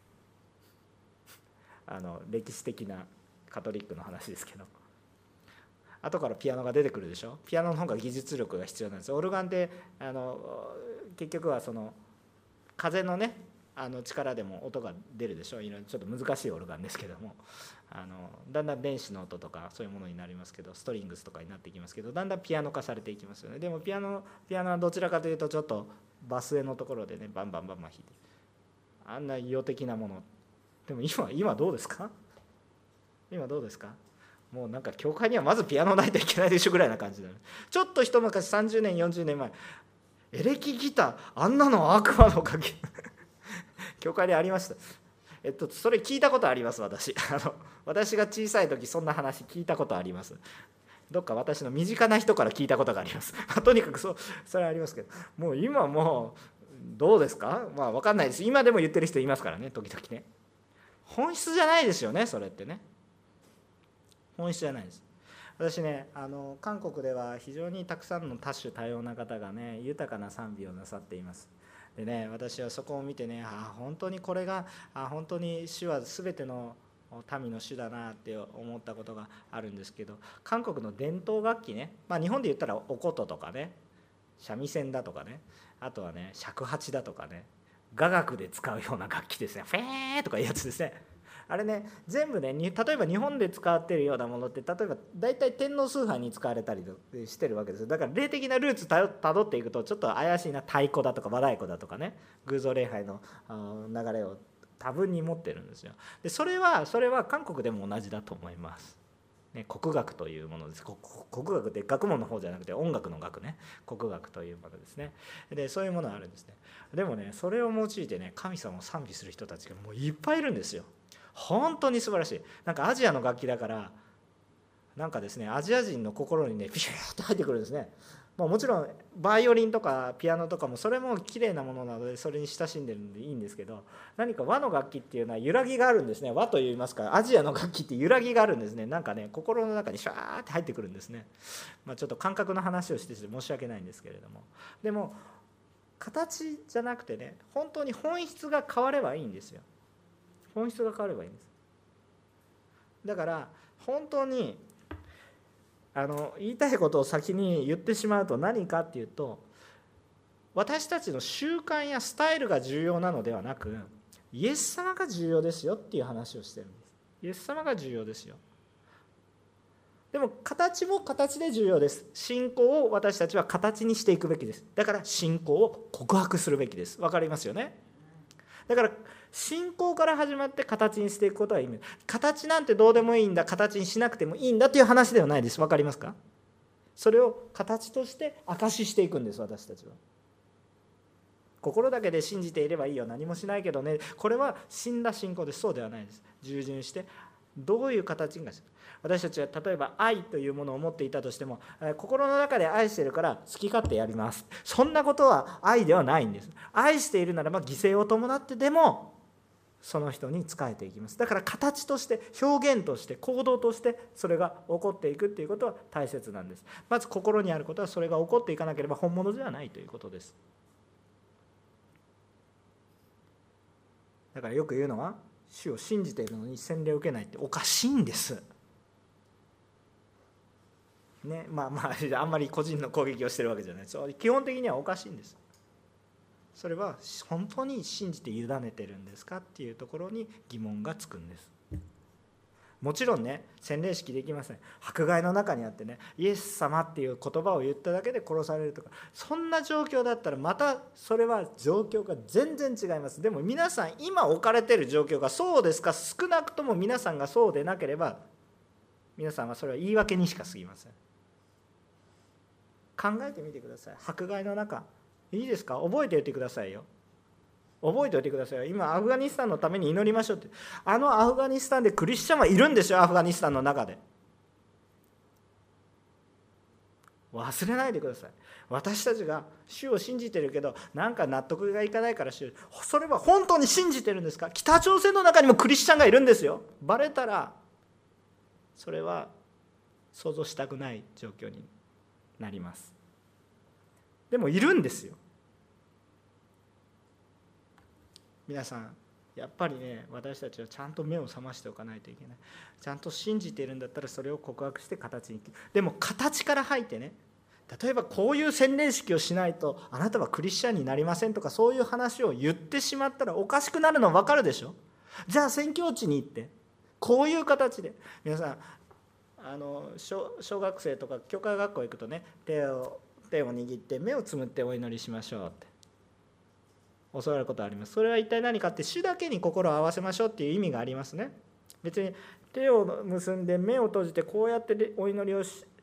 あの歴史的なカトリックの話ですけど、後からピアノが出てくるでしょ。ピアノの方が技術力が必要なんです。オルガンってあの結局はその風のねあの力でも音が出るでしょ。いろいろちょっと難しいオルガンですけども、あのだんだん電子の音とかそういうものになりますけど、ストリングスとかになっていきますけど、だんだんピアノ化されていきますよね。でもピアノピアノはどちらかというとちょっとバスへのところでねバンバンバンバン弾いて、あんな意欲的なもの。でも今今どうですか。今どうですか。もうなんか教会にはまずピアノないといけないでしょぐらいな感じだ、ね、ちょっと一昔さんじゅうねんよんじゅうねんまえエレキギターあんなの悪魔の楽器教会でありました。えっとそれ聞いたことあります。私あの私が小さい時そんな話聞いたことあります。どっか私の身近な人から聞いたことがありますとにかくそうそれはありますけど、もう今もうどうですか。まあ分かんないです。今でも言ってる人いますからね、時々ね。本質じゃないですよね、それってね。本質じゃないです。私ね、あの韓国では非常にたくさんの多種多様な方がね豊かな賛美をなさっています。 でね、私はそこを見てね、ああ本当にこれがあ本当に主は全ての民の主だなって思ったことがあるんですけど、韓国の伝統楽器ね、まあ、日本で言ったらお琴とかね、三味線だとかね、あとはね尺八だとかね、雅楽で使うような楽器ですね、フェーとかいうやつですね。あれね、全部ね、例えば日本で使っているようなものって、例えば大体天皇崇拝に使われたりしてるわけですよ。だから霊的なルーツたどっていくとちょっと怪しいな、太鼓だとか和太鼓だとかね、偶像礼拝の流れを多分に持ってるんですよ。でそれはそれは韓国でも同じだと思います。ね、国楽というものです。国楽って学問の方じゃなくて音楽の楽ね、国楽というものですね。でそういうものがあるんですね。でもね、それを用いてね、神様を賛美する人たちがもういっぱいいるんですよ。本当に素晴らしい。なんかアジアの楽器だから、なんかですね、アジア人の心にねピシューッと入ってくるんですね。まあ、もちろんバイオリンとかピアノとかもそれも綺麗なものなのでそれに親しんでるんでいいんですけど、何か和の楽器っていうのは揺らぎがあるんですね。和といいますか、アジアの楽器って揺らぎがあるんですね。なんかね、心の中にシャーって入ってくるんですね。まあ、ちょっと感覚の話をして申し訳ないんですけれども、でも形じゃなくてね、本当に本質が変わればいいんですよ。本質が変わればいいんです。だから本当にあの言いたいことを先に言ってしまうと何かっていうと、私たちの習慣やスタイルが重要なのではなく、イエス様が重要ですよっていう話をしてるんです。イエス様が重要ですよ。でも形も形で重要です。信仰を私たちは形にしていくべきです。だから信仰を告白するべきです。わかりますよね。だから信仰から始まって形にしていくことは意味ない。形なんてどうでもいいんだ、形にしなくてもいいんだという話ではないです。わかりますか。それを形として証ししていくんです、私たちは。心だけで信じていればいいよ、何もしないけどね、これは死んだ信仰です。そうではないです。従順してどういう形が、私たちは例えば愛というものを持っていたとしても、心の中で愛しているから好き勝手やります、そんなことは愛ではないんです。愛しているならば犠牲を伴ってでもその人に仕えていきます。だから形として表現として行動としてそれが起こっていくということは大切なんです。まず心にあることはそれが起こっていかなければ本物ではないということです。だからよく言うのは、主を信じているのに洗礼を受けないっておかしいんですね。まあまああんまり個人の攻撃をしてるわけじゃないです。基本的にはおかしいんです。それは本当に信じて委ねてるんですかっていうところに疑問がつくんです。もちろんね、洗礼式できません。迫害の中にあってね、イエス様っていう言葉を言っただけで殺されるとか、そんな状況だったらまたそれは状況が全然違います。でも皆さん今置かれている状況がそうですか、少なくとも皆さんがそうでなければ皆さんはそれは言い訳にしか過ぎません。考えてみてください。迫害の中、いいですか、覚えておいてくださいよ。覚えておいてくださいよ。今アフガニスタンのために祈りましょうって。あのアフガニスタンでクリスチャンはいるんですよ。アフガニスタンの中で忘れないでください。私たちが主を信じてるけどなんか納得がいかないから主、それは本当に信じてるんですか。北朝鮮の中にもクリスチャンがいるんですよ。バレたらそれは想像したくない状況になります。でもいるんですよ。皆さんやっぱりね、私たちはちゃんと目を覚ましておかないといけない。ちゃんと信じているんだったらそれを告白して形に。でも形から入ってね、例えばこういう洗礼式をしないとあなたはクリスチャンになりませんとか、そういう話を言ってしまったらおかしくなるの分かるでしょ。じゃあ宣教地に行ってこういう形で、皆さんあの 小, 小学生とか教会学校行くとね、手を手を握って目をつむってお祈りしましょうって教わることあります。それは一体何かって、主だけに心を合わせましょうっていう意味がありますね。別に手を結んで目を閉じてこうやってお祈りを し,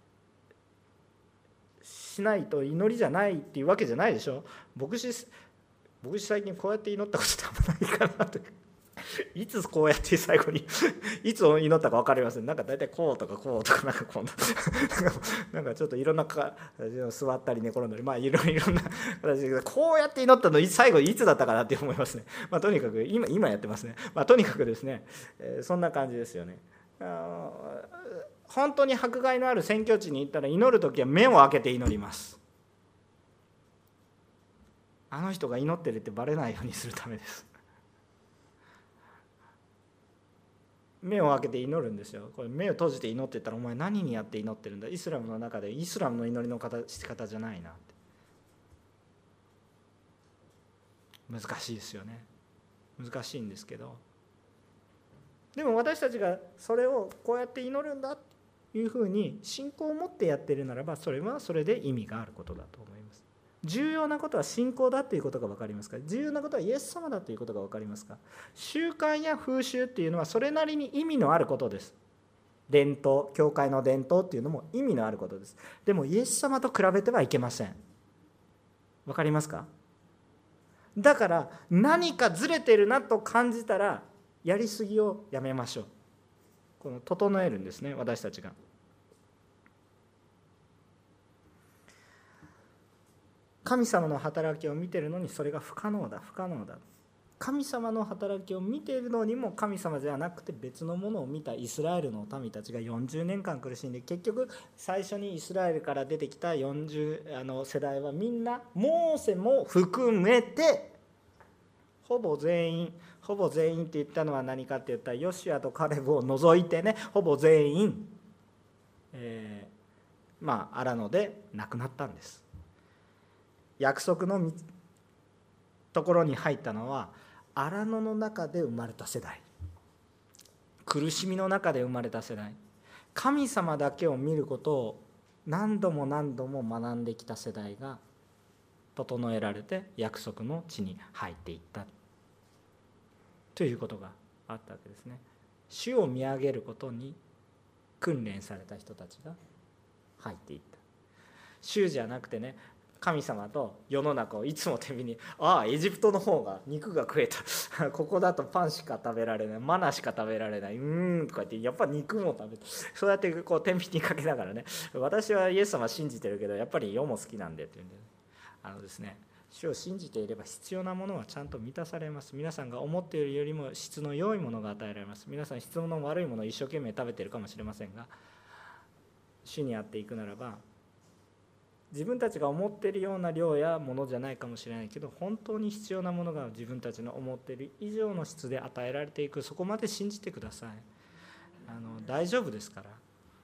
しないと祈りじゃないっていうわけじゃないでしょ。牧師牧師最近こうやって祈ったことあんまないかなと。いつこうやって最後にいつ祈ったか分かりません。なんか大体こうとかこうとかなんかこうなんかちょっといろんなか座ったり寝転んだり、まあいろいろな形でこうやって祈ったの最後いつだったかなって思いますね。まあとにかく今今やってますね。まあとにかくですね、えー、そんな感じですよね。あ本当に迫害のある宣教地に行ったら祈るときは目を開けて祈ります。 あの人が祈ってるってバレないようにするためです。目を開けて祈るんですよ。これ目を閉じて祈ってたら、お前何にやって祈ってるんだ。イスラムの中でイスラムの祈りの仕方じゃないなって。難しいですよね。難しいんですけど、でも私たちがそれをこうやって祈るんだというふうに信仰を持ってやっているならば、それはそれで意味があることだと思います。重要なことは信仰だということが分かりますか。重要なことはイエス様だということが分かりますか。習慣や風習っていうのはそれなりに意味のあることです。伝統、教会の伝統っていうのも意味のあることです。でもイエス様と比べてはいけません。分かりますか。だから何かずれてるなと感じたらやりすぎをやめましょう。この整えるんですね、私たちが。神様の働きを見ているのにそれが不可能だ不可能だ。神様の働きを見ているのにも神様ではなくて別のものを見たイスラエルの民たちがよんじゅうねんかん苦しんで、結局最初にイスラエルから出てきたよんじゅうあの世代はみんなモーセも含めてほぼ全員ほぼ全員って言ったのは何かって言ったら、ヨシュアとカレブを除いてね、ほぼ全員、えー、まあ荒野で亡くなったんです。約束のところに入ったのは荒野の中で生まれた世代、苦しみの中で生まれた世代、神様だけを見ることを何度も何度も学んできた世代が整えられて約束の地に入っていったということがあったわけですね。主を見上げることに訓練された人たちが入っていった。主じゃなくてね、神様と世の中をいつも天秤に、ああエジプトの方が肉が食えたここだとパンしか食べられない、マナしか食べられない、うーんとか言って、やっぱり肉も食べて、そうやってこう天秤にかけながらね、私はイエス様信じてるけどやっぱり世も好きなんでって言うんで、あのですね、主を信じていれば必要なものはちゃんと満たされます。皆さんが思っているよりも質の良いものが与えられます。皆さん質の悪いものを一生懸命食べているかもしれませんが、主にあっていくならば、自分たちが思っているような量やものじゃないかもしれないけど、本当に必要なものが自分たちの思っている以上の質で与えられていく。そこまで信じてください。あの大丈夫ですから。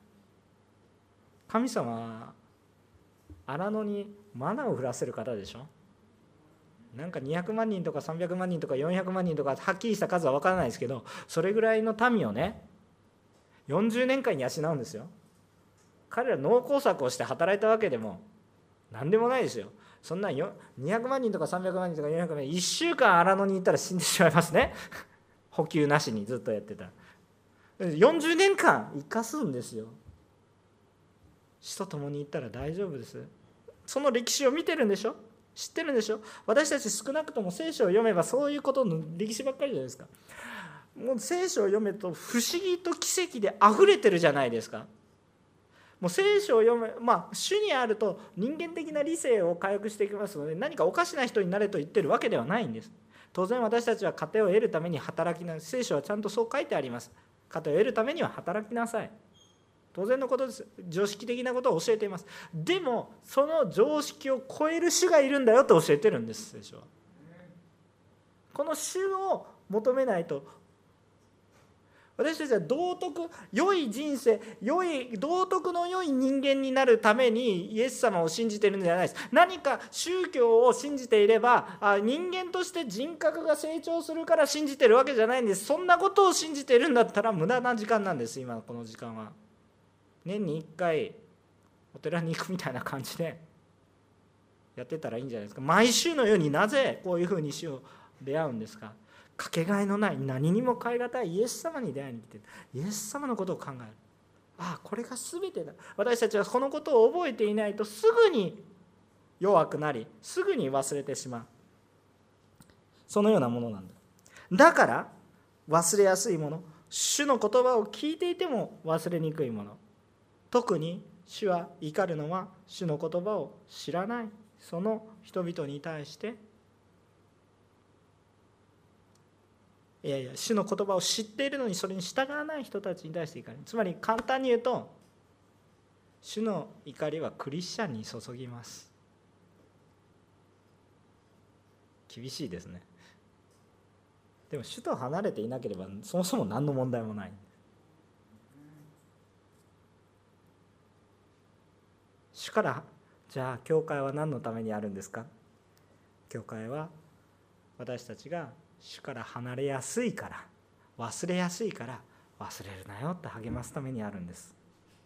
神様は荒野にマナを降らせる方でしょ。なんかにひゃくまんにんとかさんびゃくまんにんとかよんひゃくまんにんとかはっきりした数は分からないですけど、それぐらいの民をねよんじゅうねんかん養うんですよ。彼ら農耕作をして働いたわけでも何でもないですよ。そんなにひゃくまんにんとかさんびゃくまんにんとかよんひゃくまんにん、いっしゅうかん荒野に行ったら死んでしまいますね補給なしにずっとやってたら。よんじゅうねんかん生かすんですよ。死と共に行ったら大丈夫です。その歴史を見てるんでしょ、知ってるんでしょ。私たち少なくとも聖書を読めばそういうことの歴史ばっかりじゃないですか。もう聖書を読めと不思議と奇跡であふれてるじゃないですか。もう聖書を読め、まあ主にあると人間的な理性を回復していきますので、何かおかしな人になれと言ってるわけではないんです。当然私たちは糧を得るために働きなさい。聖書はちゃんとそう書いてあります。糧を得るためには働きなさい。当然のことです。常識的なことを教えています。でもその常識を超える主がいるんだよと教えてるんです、聖書は。この主を求めないと、私たちは道徳、良い人生、良い道徳の良い人間になるためにイエス様を信じているのではないです。何か宗教を信じていれば人間として人格が成長するから信じているわけじゃないんです。そんなことを信じているんだったら無駄な時間なんです。今この時間は年にいっかいお寺に行くみたいな感じでやってたらいいんじゃないですか。毎週のようになぜこういうふうに主を出会うんですか。かけがえのない何にも代え難いイエス様に出会いに来ている。イエス様のことを考える。ああ、これが全てだ。私たちはこのことを覚えていないとすぐに弱くなり、すぐに忘れてしまう。そのようなものなんだ。だから忘れやすいもの、主の言葉を聞いていても忘れにくいもの、特に主は怒るのは主の言葉を知らないその人々に対して、いやいや主の言葉を知っているのにそれに従わない人たちに対して怒り。つまり簡単に言うと、主の怒りはクリスチャンに注ぎます。 厳しいですね。でも主と離れていなければそもそも何の問題もない。主からじゃあ教会は何のためにあるんですか。教会は私たちが主から離れやすいから、忘れやすいから忘れるなよって励ますためにあるんです。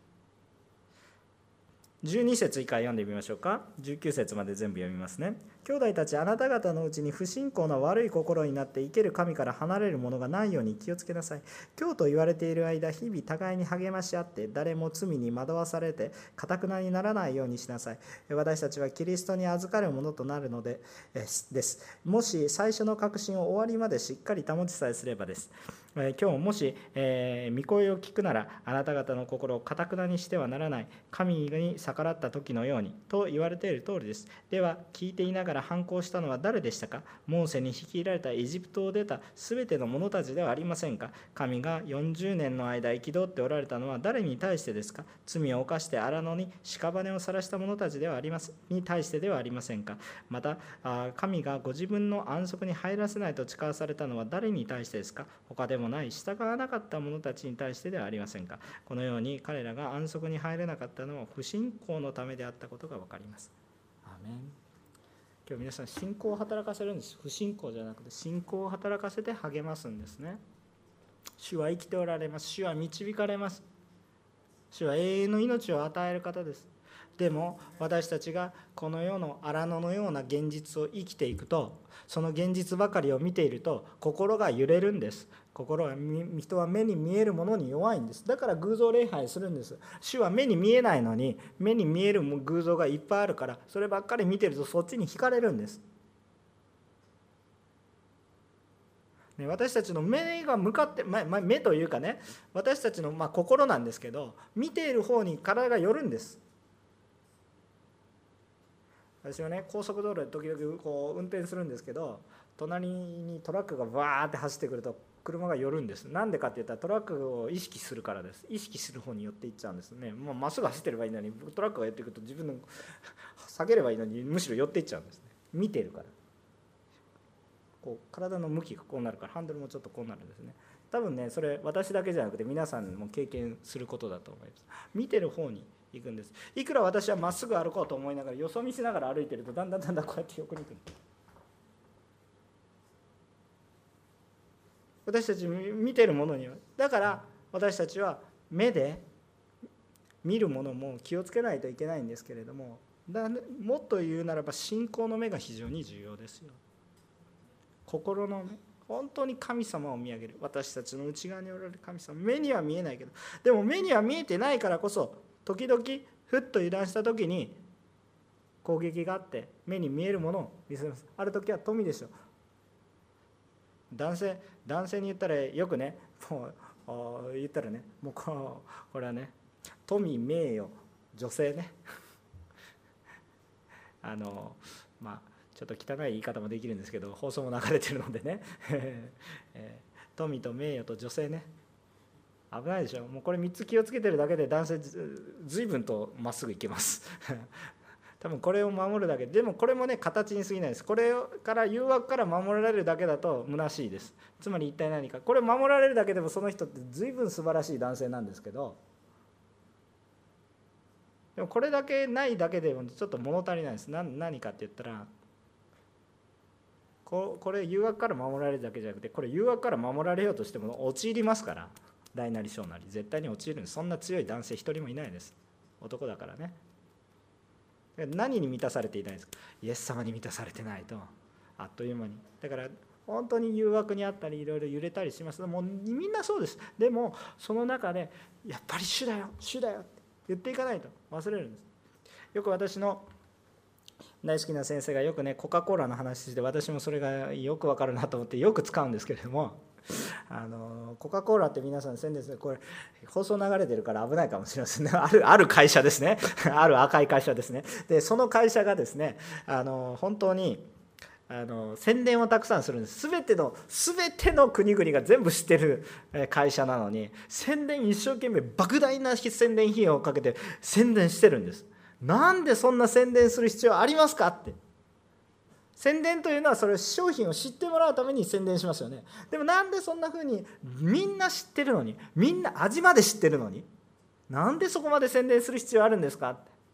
じゅうに節以下読んでみましょうか。じゅうきゅう節まで全部読みますね。兄弟たち、あなた方のうちに不信仰な悪い心になって生ける神から離れるものがないように気をつけなさい。今日と言われている間、日々互いに励まし合って、誰も罪に惑わされて堅くなにならないようにしなさい。私たちはキリストに預かるものとなるのでです。もし最初の確信を終わりまでしっかり保ちさえすればです。今日もし、えー、御声を聞くなら、あなた方の心を堅くなにしてはならない、神に逆らった時のようにと言われている通りです。では聞いていながら反抗したのは誰でしたか。モーセに率いられたエジプトを出たすべての者たちではありませんか。神がよんじゅうねんの間憤っておられたのは誰に対してですか。罪を犯して荒野に屍を晒した者たちではありますに対してではありませんか。また神がご自分の安息に入らせないと誓わされたのは誰に対してですか。他でもない従わなかった者たちに対してではありませんか。このように彼らが安息に入れなかったのは不信仰のためであったことが分かります。アーメン。今日皆さん信仰を働かせるんです。不信仰じゃなくて信仰を働かせて励ますんですね。主は生きておられます。主は導かれます。主は永遠の命を与える方です。でも私たちがこの世の荒野のような現実を生きていくと、その現実ばかりを見ていると心が揺れるんです。心は、人は目に見えるものに弱いんです。だから偶像礼拝するんです。主は目に見えないのに、目に見える偶像がいっぱいあるから、そればっかり見てるとそっちに惹かれるんです。私たちの目が向かって、まあ、目というかね、私たちのまあ心なんですけど、見ている方に体が寄るんです。私はね、高速道路で時々こう運転するんですけど、隣にトラックがバーって走ってくると車が寄るんです。なんでかって言ったらトラックを意識するからです。意識する方に寄っていっちゃうんですね。もうまっすぐ走ってればいいのに、トラックが寄ってくると自分の下げればいいのにむしろ寄っていっちゃうんですね。見てるから。こう体の向きがこうなるから、ハンドルもちょっとこうなるんですね。多分ね、それ私だけじゃなくて皆さんも経験することだと思います。見てる方に行くんです。いくら私はまっすぐ歩こうと思いながらよそ見しながら歩いてると、だんだんだんだんこうやって横に行く。私たち見てるものには、だから私たちは目で見るものも気をつけないといけないんですけれども、だもっと言うならば信仰の目が非常に重要ですよ。心の目、本当に神様を見上げる。私たちの内側におられる神様、目には見えないけど、でも目には見えてないからこそ、時々ふっと油断した時に攻撃があって目に見えるものを見せます。ある時は富でしょう。男性男性に言ったらよくね、もう言ったらね、もうこのこれはね、富名誉女性ねあのまあちょっと汚い言い方もできるんですけど、放送も流れてるのでね富と名誉と女性ね、危ないでしょ。もうこれみっつ気をつけてるだけで男性ずいぶんとまっすぐいけます多分これを守るだけでも、これもね形に過ぎないです。これから誘惑から守られるだけだと虚しいです。つまり一体何か、これ守られるだけでもその人ってずいぶん素晴らしい男性なんですけど、でもこれだけないだけでもちょっと物足りないです。何何かって言ったら、これ誘惑から守られるだけじゃなくて、これ誘惑から守られようとしても陥りますから、大なり小なり絶対に陥るんです。そんな強い男性一人もいないです。男だからね。何に満たされていないですか。イエス様に満たされてないとあっという間に。だから本当に誘惑にあったりいろいろ揺れたりします。もうみんなそうです。でもその中でやっぱり主だよ主だよって言っていかないと忘れるんです。よく私の大好きな先生がよくね、コカ・コーラの話して、私もそれがよく分かるなと思ってよく使うんですけれども、あのコカ・コーラって皆さん宣伝ですね、これ放送流れてるから危ないかもしれませんね。あるある会社ですねある赤い会社ですね。でその会社がですね、あの本当にあの宣伝をたくさんするんです。全ての全ての国々が全部知ってる会社なのに、宣伝一生懸命莫大な宣伝費用をかけて宣伝してるんです。なんでそんな宣伝する必要ありますかって。 宣伝というのはそれ商品を知ってもらうために宣伝しますよね。でもなんでそんな風にみんな知ってるのに、みんな味まで知ってるのに、なんでそこまで宣伝する必要あるんですか。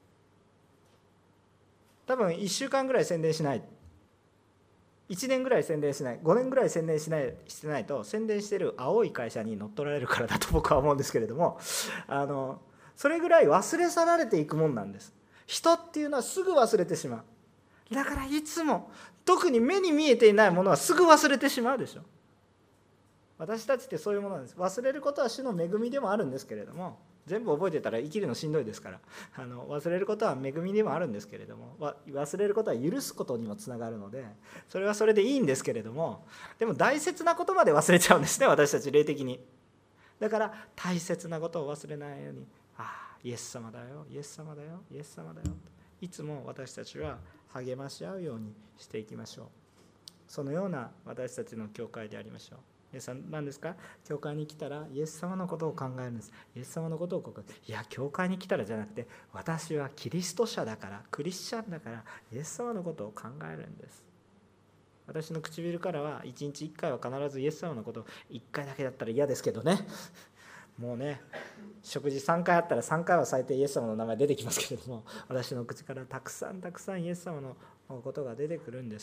多分いっしゅうかんぐらい宣伝しない、いちねんぐらい宣伝しない、ごねんぐらい宣伝しないしてないと、宣伝してる青い会社に乗っ取られるからだと僕は思うんですけれども、あのそれぐらい忘れ去られていくもんなんです。人っていうのはすぐ忘れてしまう。だからいつも、特に目に見えていないものはすぐ忘れてしまうでしょ。私たちってそういうものなんです。忘れることは主の恵みでもあるんですけれども、全部覚えてたら生きるのしんどいですから、あの忘れることは恵みでもあるんですけれども、忘れることは許すことにもつながるので、それはそれでいいんですけれども、でも大切なことまで忘れちゃうんですね、私たち霊的に。だから大切なことを忘れないように、ああイエス様だよ、イエス様だよ、イエス様だよ、いつも私たちは励まし合うようにしていきましょう。そのような私たちの教会でありましょう。皆さん何ですか。教会に来たらイエス様のことを考えるんです。イエス様のことを考える。いや、教会に来たらじゃなくて、私はキリスト者だから、クリスチャンだからイエス様のことを考えるんです。私の唇からはいちにちいっかいは必ずイエス様のことを、いっかいだけだったら嫌ですけどね、もうね、食事さんかいあったらさんかいは最低イエス様の名前出てきますけれども、私の口からたくさんたくさんイエス様のことが出てくるんです。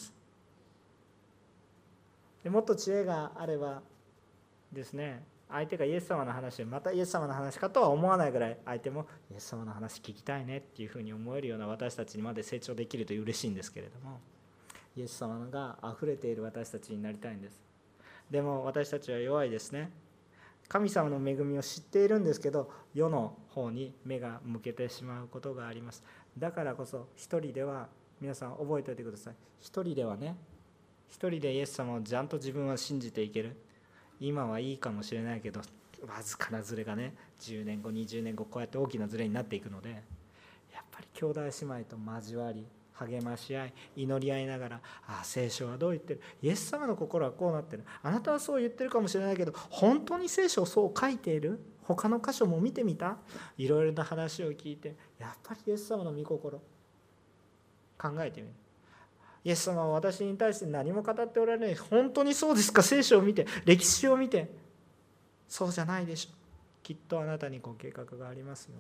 でもっと知恵があればですね、相手がイエス様の話でまたイエス様の話かとは思わないぐらい、相手もイエス様の話聞きたいねっていうふうに思えるような私たちにまで成長できると嬉しいんですけれども、イエス様があふれている私たちになりたいんです。でも私たちは弱いですね。神様の恵みを知っているんですけど、世の方に目が向けてしまうことがあります。だからこそ一人では、皆さん覚えておいてください。一人ではね、一人でイエス様をちゃんと自分は信じていける。今はいいかもしれないけど、わずかなズレがね、じゅうねんごにじゅうねんごこうやって大きなズレになっていくので、やっぱり兄弟姉妹と交わり励まし合い祈り合いながら、ああ聖書はどう言ってる、イエス様の心はこうなってる、あなたはそう言ってるかもしれないけど本当に聖書をそう書いている、他の箇所も見てみた、いろいろな話を聞いて、やっぱりイエス様の御心考えてみる。イエス様は私に対して何も語っておられない、本当にそうですか。聖書を見て、歴史を見て、そうじゃないでしょう。きっとあなたにご計画がありますよ。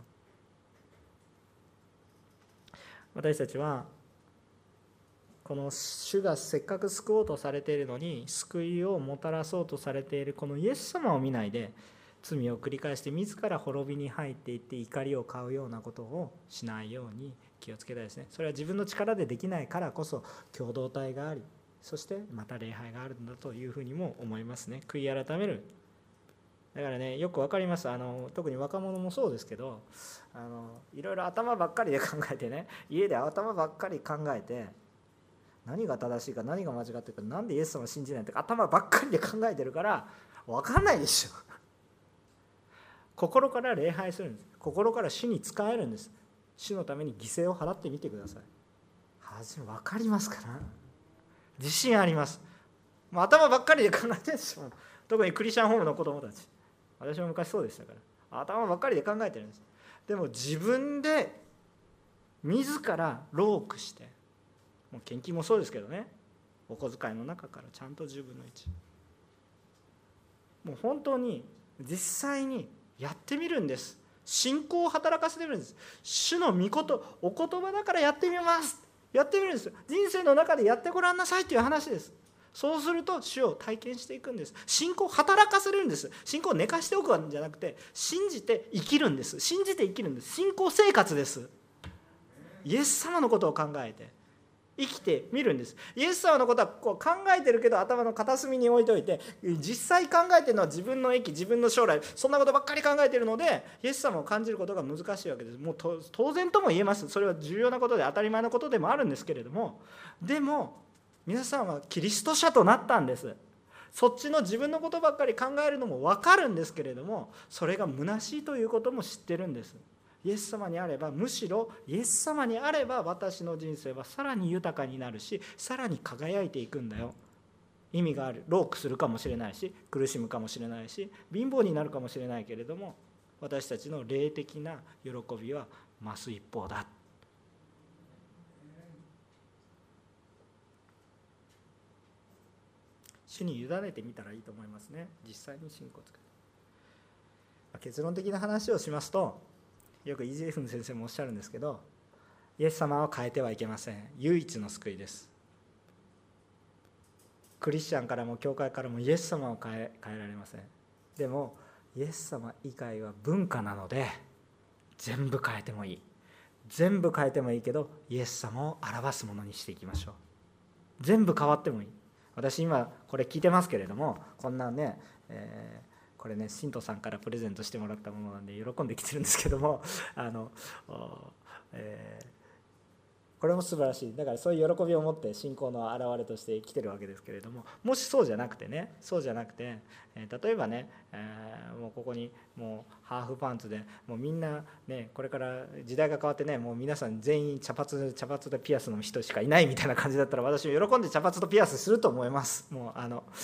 私たちはこの主がせっかく救おうとされているのに、救いをもたらそうとされているこのイエス様を見ないで、罪を繰り返して自ら滅びに入っていって怒りを買うようなことをしないように気をつけたいですね。それは自分の力でできないからこそ共同体があり、そしてまた礼拝があるんだというふうにも思いますね。悔い改める。だからね、よくわかります。あの特に若者もそうですけど、あのいろいろ頭ばっかりで考えてね、家で頭ばっかり考えて、何が正しいか何が間違ってるか、なんでイエス様を信じないとか頭ばっかりで考えてるから分かんないでしょ。心から礼拝するんです。心から主に仕えるんです。主のために犠牲を払ってみてください。はじめ分かりますから。自信あります。もう頭ばっかりで考えてるんですよ。特にクリスチャンホームの子供たち、私も昔そうでしたから、頭ばっかりで考えてるんです。でも自分で自ら労苦して、もう献金もそうですけどね、お小遣いの中からちゃんとじゅうぶんのいち、もう本当に実際にやってみるんです。信仰を働かせてみるんです。主の御事、お言葉だからやってみます、やってみるんです。人生の中でやってごらんなさいという話です。そうすると主を体験していくんです。信仰を働かせるんです。信仰を寝かしておくんじゃなくて、信じて生きるんです。信じて生きるんです。信仰生活です。イエス様のことを考えて生きてみるんです。イエス様のことはこう考えてるけど頭の片隅に置いといて、実際考えてるのは自分の益、自分の将来、そんなことばっかり考えているので、イエス様を感じることが難しいわけです。もう当然とも言えます。それは重要なことで当たり前のことでもあるんですけれども、でも皆さんはキリスト者となったんです。そっちの自分のことばっかり考えるのも分かるんですけれども、それが虚しいということも知ってるんです。イエス様にあれば、むしろイエス様にあれば私の人生はさらに豊かになるし、さらに輝いていくんだよ。意味がある。労苦するかもしれないし、苦しむかもしれないし、貧乏になるかもしれないけれども、私たちの霊的な喜びは増す一方だ。 主に委ねてみたらいいと思いますね。実際に信仰を作る。結論的な話をしますと、よくイージェフン先生もおっしゃるんですけど、イエス様を変えてはいけません。唯一の救いです。クリスチャンからも教会からもイエス様を変え、変えられません。でもイエス様以外は文化なので、全部変えてもいい。全部変えてもいいけど、イエス様を表すものにしていきましょう。全部変わってもいい。私今これ聞いてますけれども、こんなね、えーこれね、信徒さんからプレゼントしてもらったものなんで喜んできてるんですけども、あの、えー、これも素晴らしい。だからそういう喜びを持って信仰の表れとして来てるわけですけれども、もしそうじゃなくてね、そうじゃなくて、えー、例えばね、えー、もうここにもうハーフパンツで、もうみんなね、これから時代が変わってね、もう皆さん全員茶髪茶髪でピアスの人しかいないみたいな感じだったら、私も喜んで茶髪とピアスすると思います。もうあの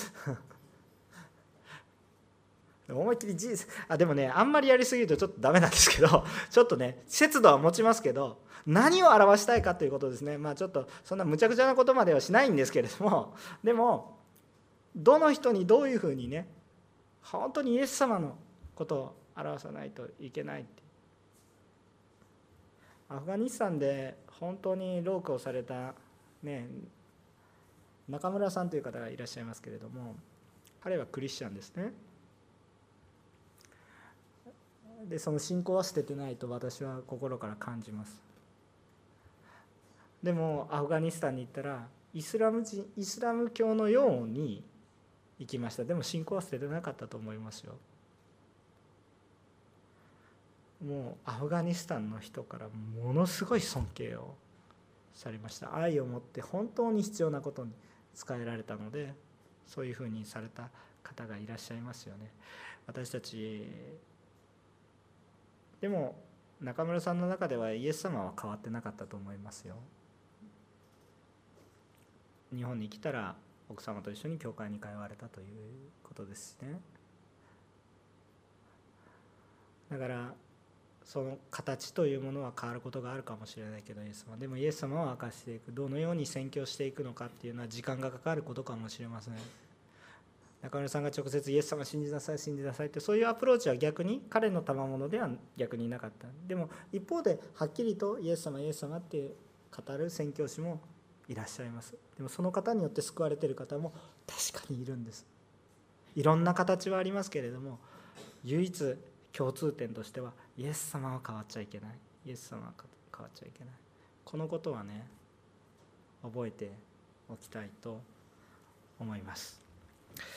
思いっきり事実あでもね、あんまりやりすぎるとちょっとダメなんですけど、ちょっとね節度は持ちますけど、何を表したいかということですね。まあちょっとそんな無茶苦茶なことまではしないんですけれども、でもどの人にどういうふうにね、本当にイエス様のことを表さないといけないって。アフガニスタンで本当に労苦をされたね、中村さんという方がいらっしゃいますけれども、彼はクリスチャンですね。でその信仰は捨ててないと私は心から感じます。でもアフガニスタンに行ったらイスラム人イスラム教のように行きました。でも信仰は捨ててなかったと思いますよ。もうアフガニスタンの人からものすごい尊敬をされました。愛を持って本当に必要なことに使えられたので、そういうふうにされた方がいらっしゃいますよね。私たちでも中村さんの中ではイエス様は変わってなかったと思いますよ。日本に来たら奥様と一緒に教会に通われたということですね。だからその形というものは変わることがあるかもしれないけど、イエス様でもイエス様を明かしていく、どのように宣教していくのかっていうのは時間がかかることかもしれません。中村さんが直接イエス様信じなさい信じなさいってそういうアプローチは逆に彼の賜物では逆になかった。でも一方ではっきりとイエス様イエス様って語る宣教師もいらっしゃいます。でもその方によって救われている方も確かにいるんです。いろんな形はありますけれども、唯一共通点としてはイエス様は変わっちゃいけない、イエス様は変わっちゃいけない。このことはね覚えておきたいと思います。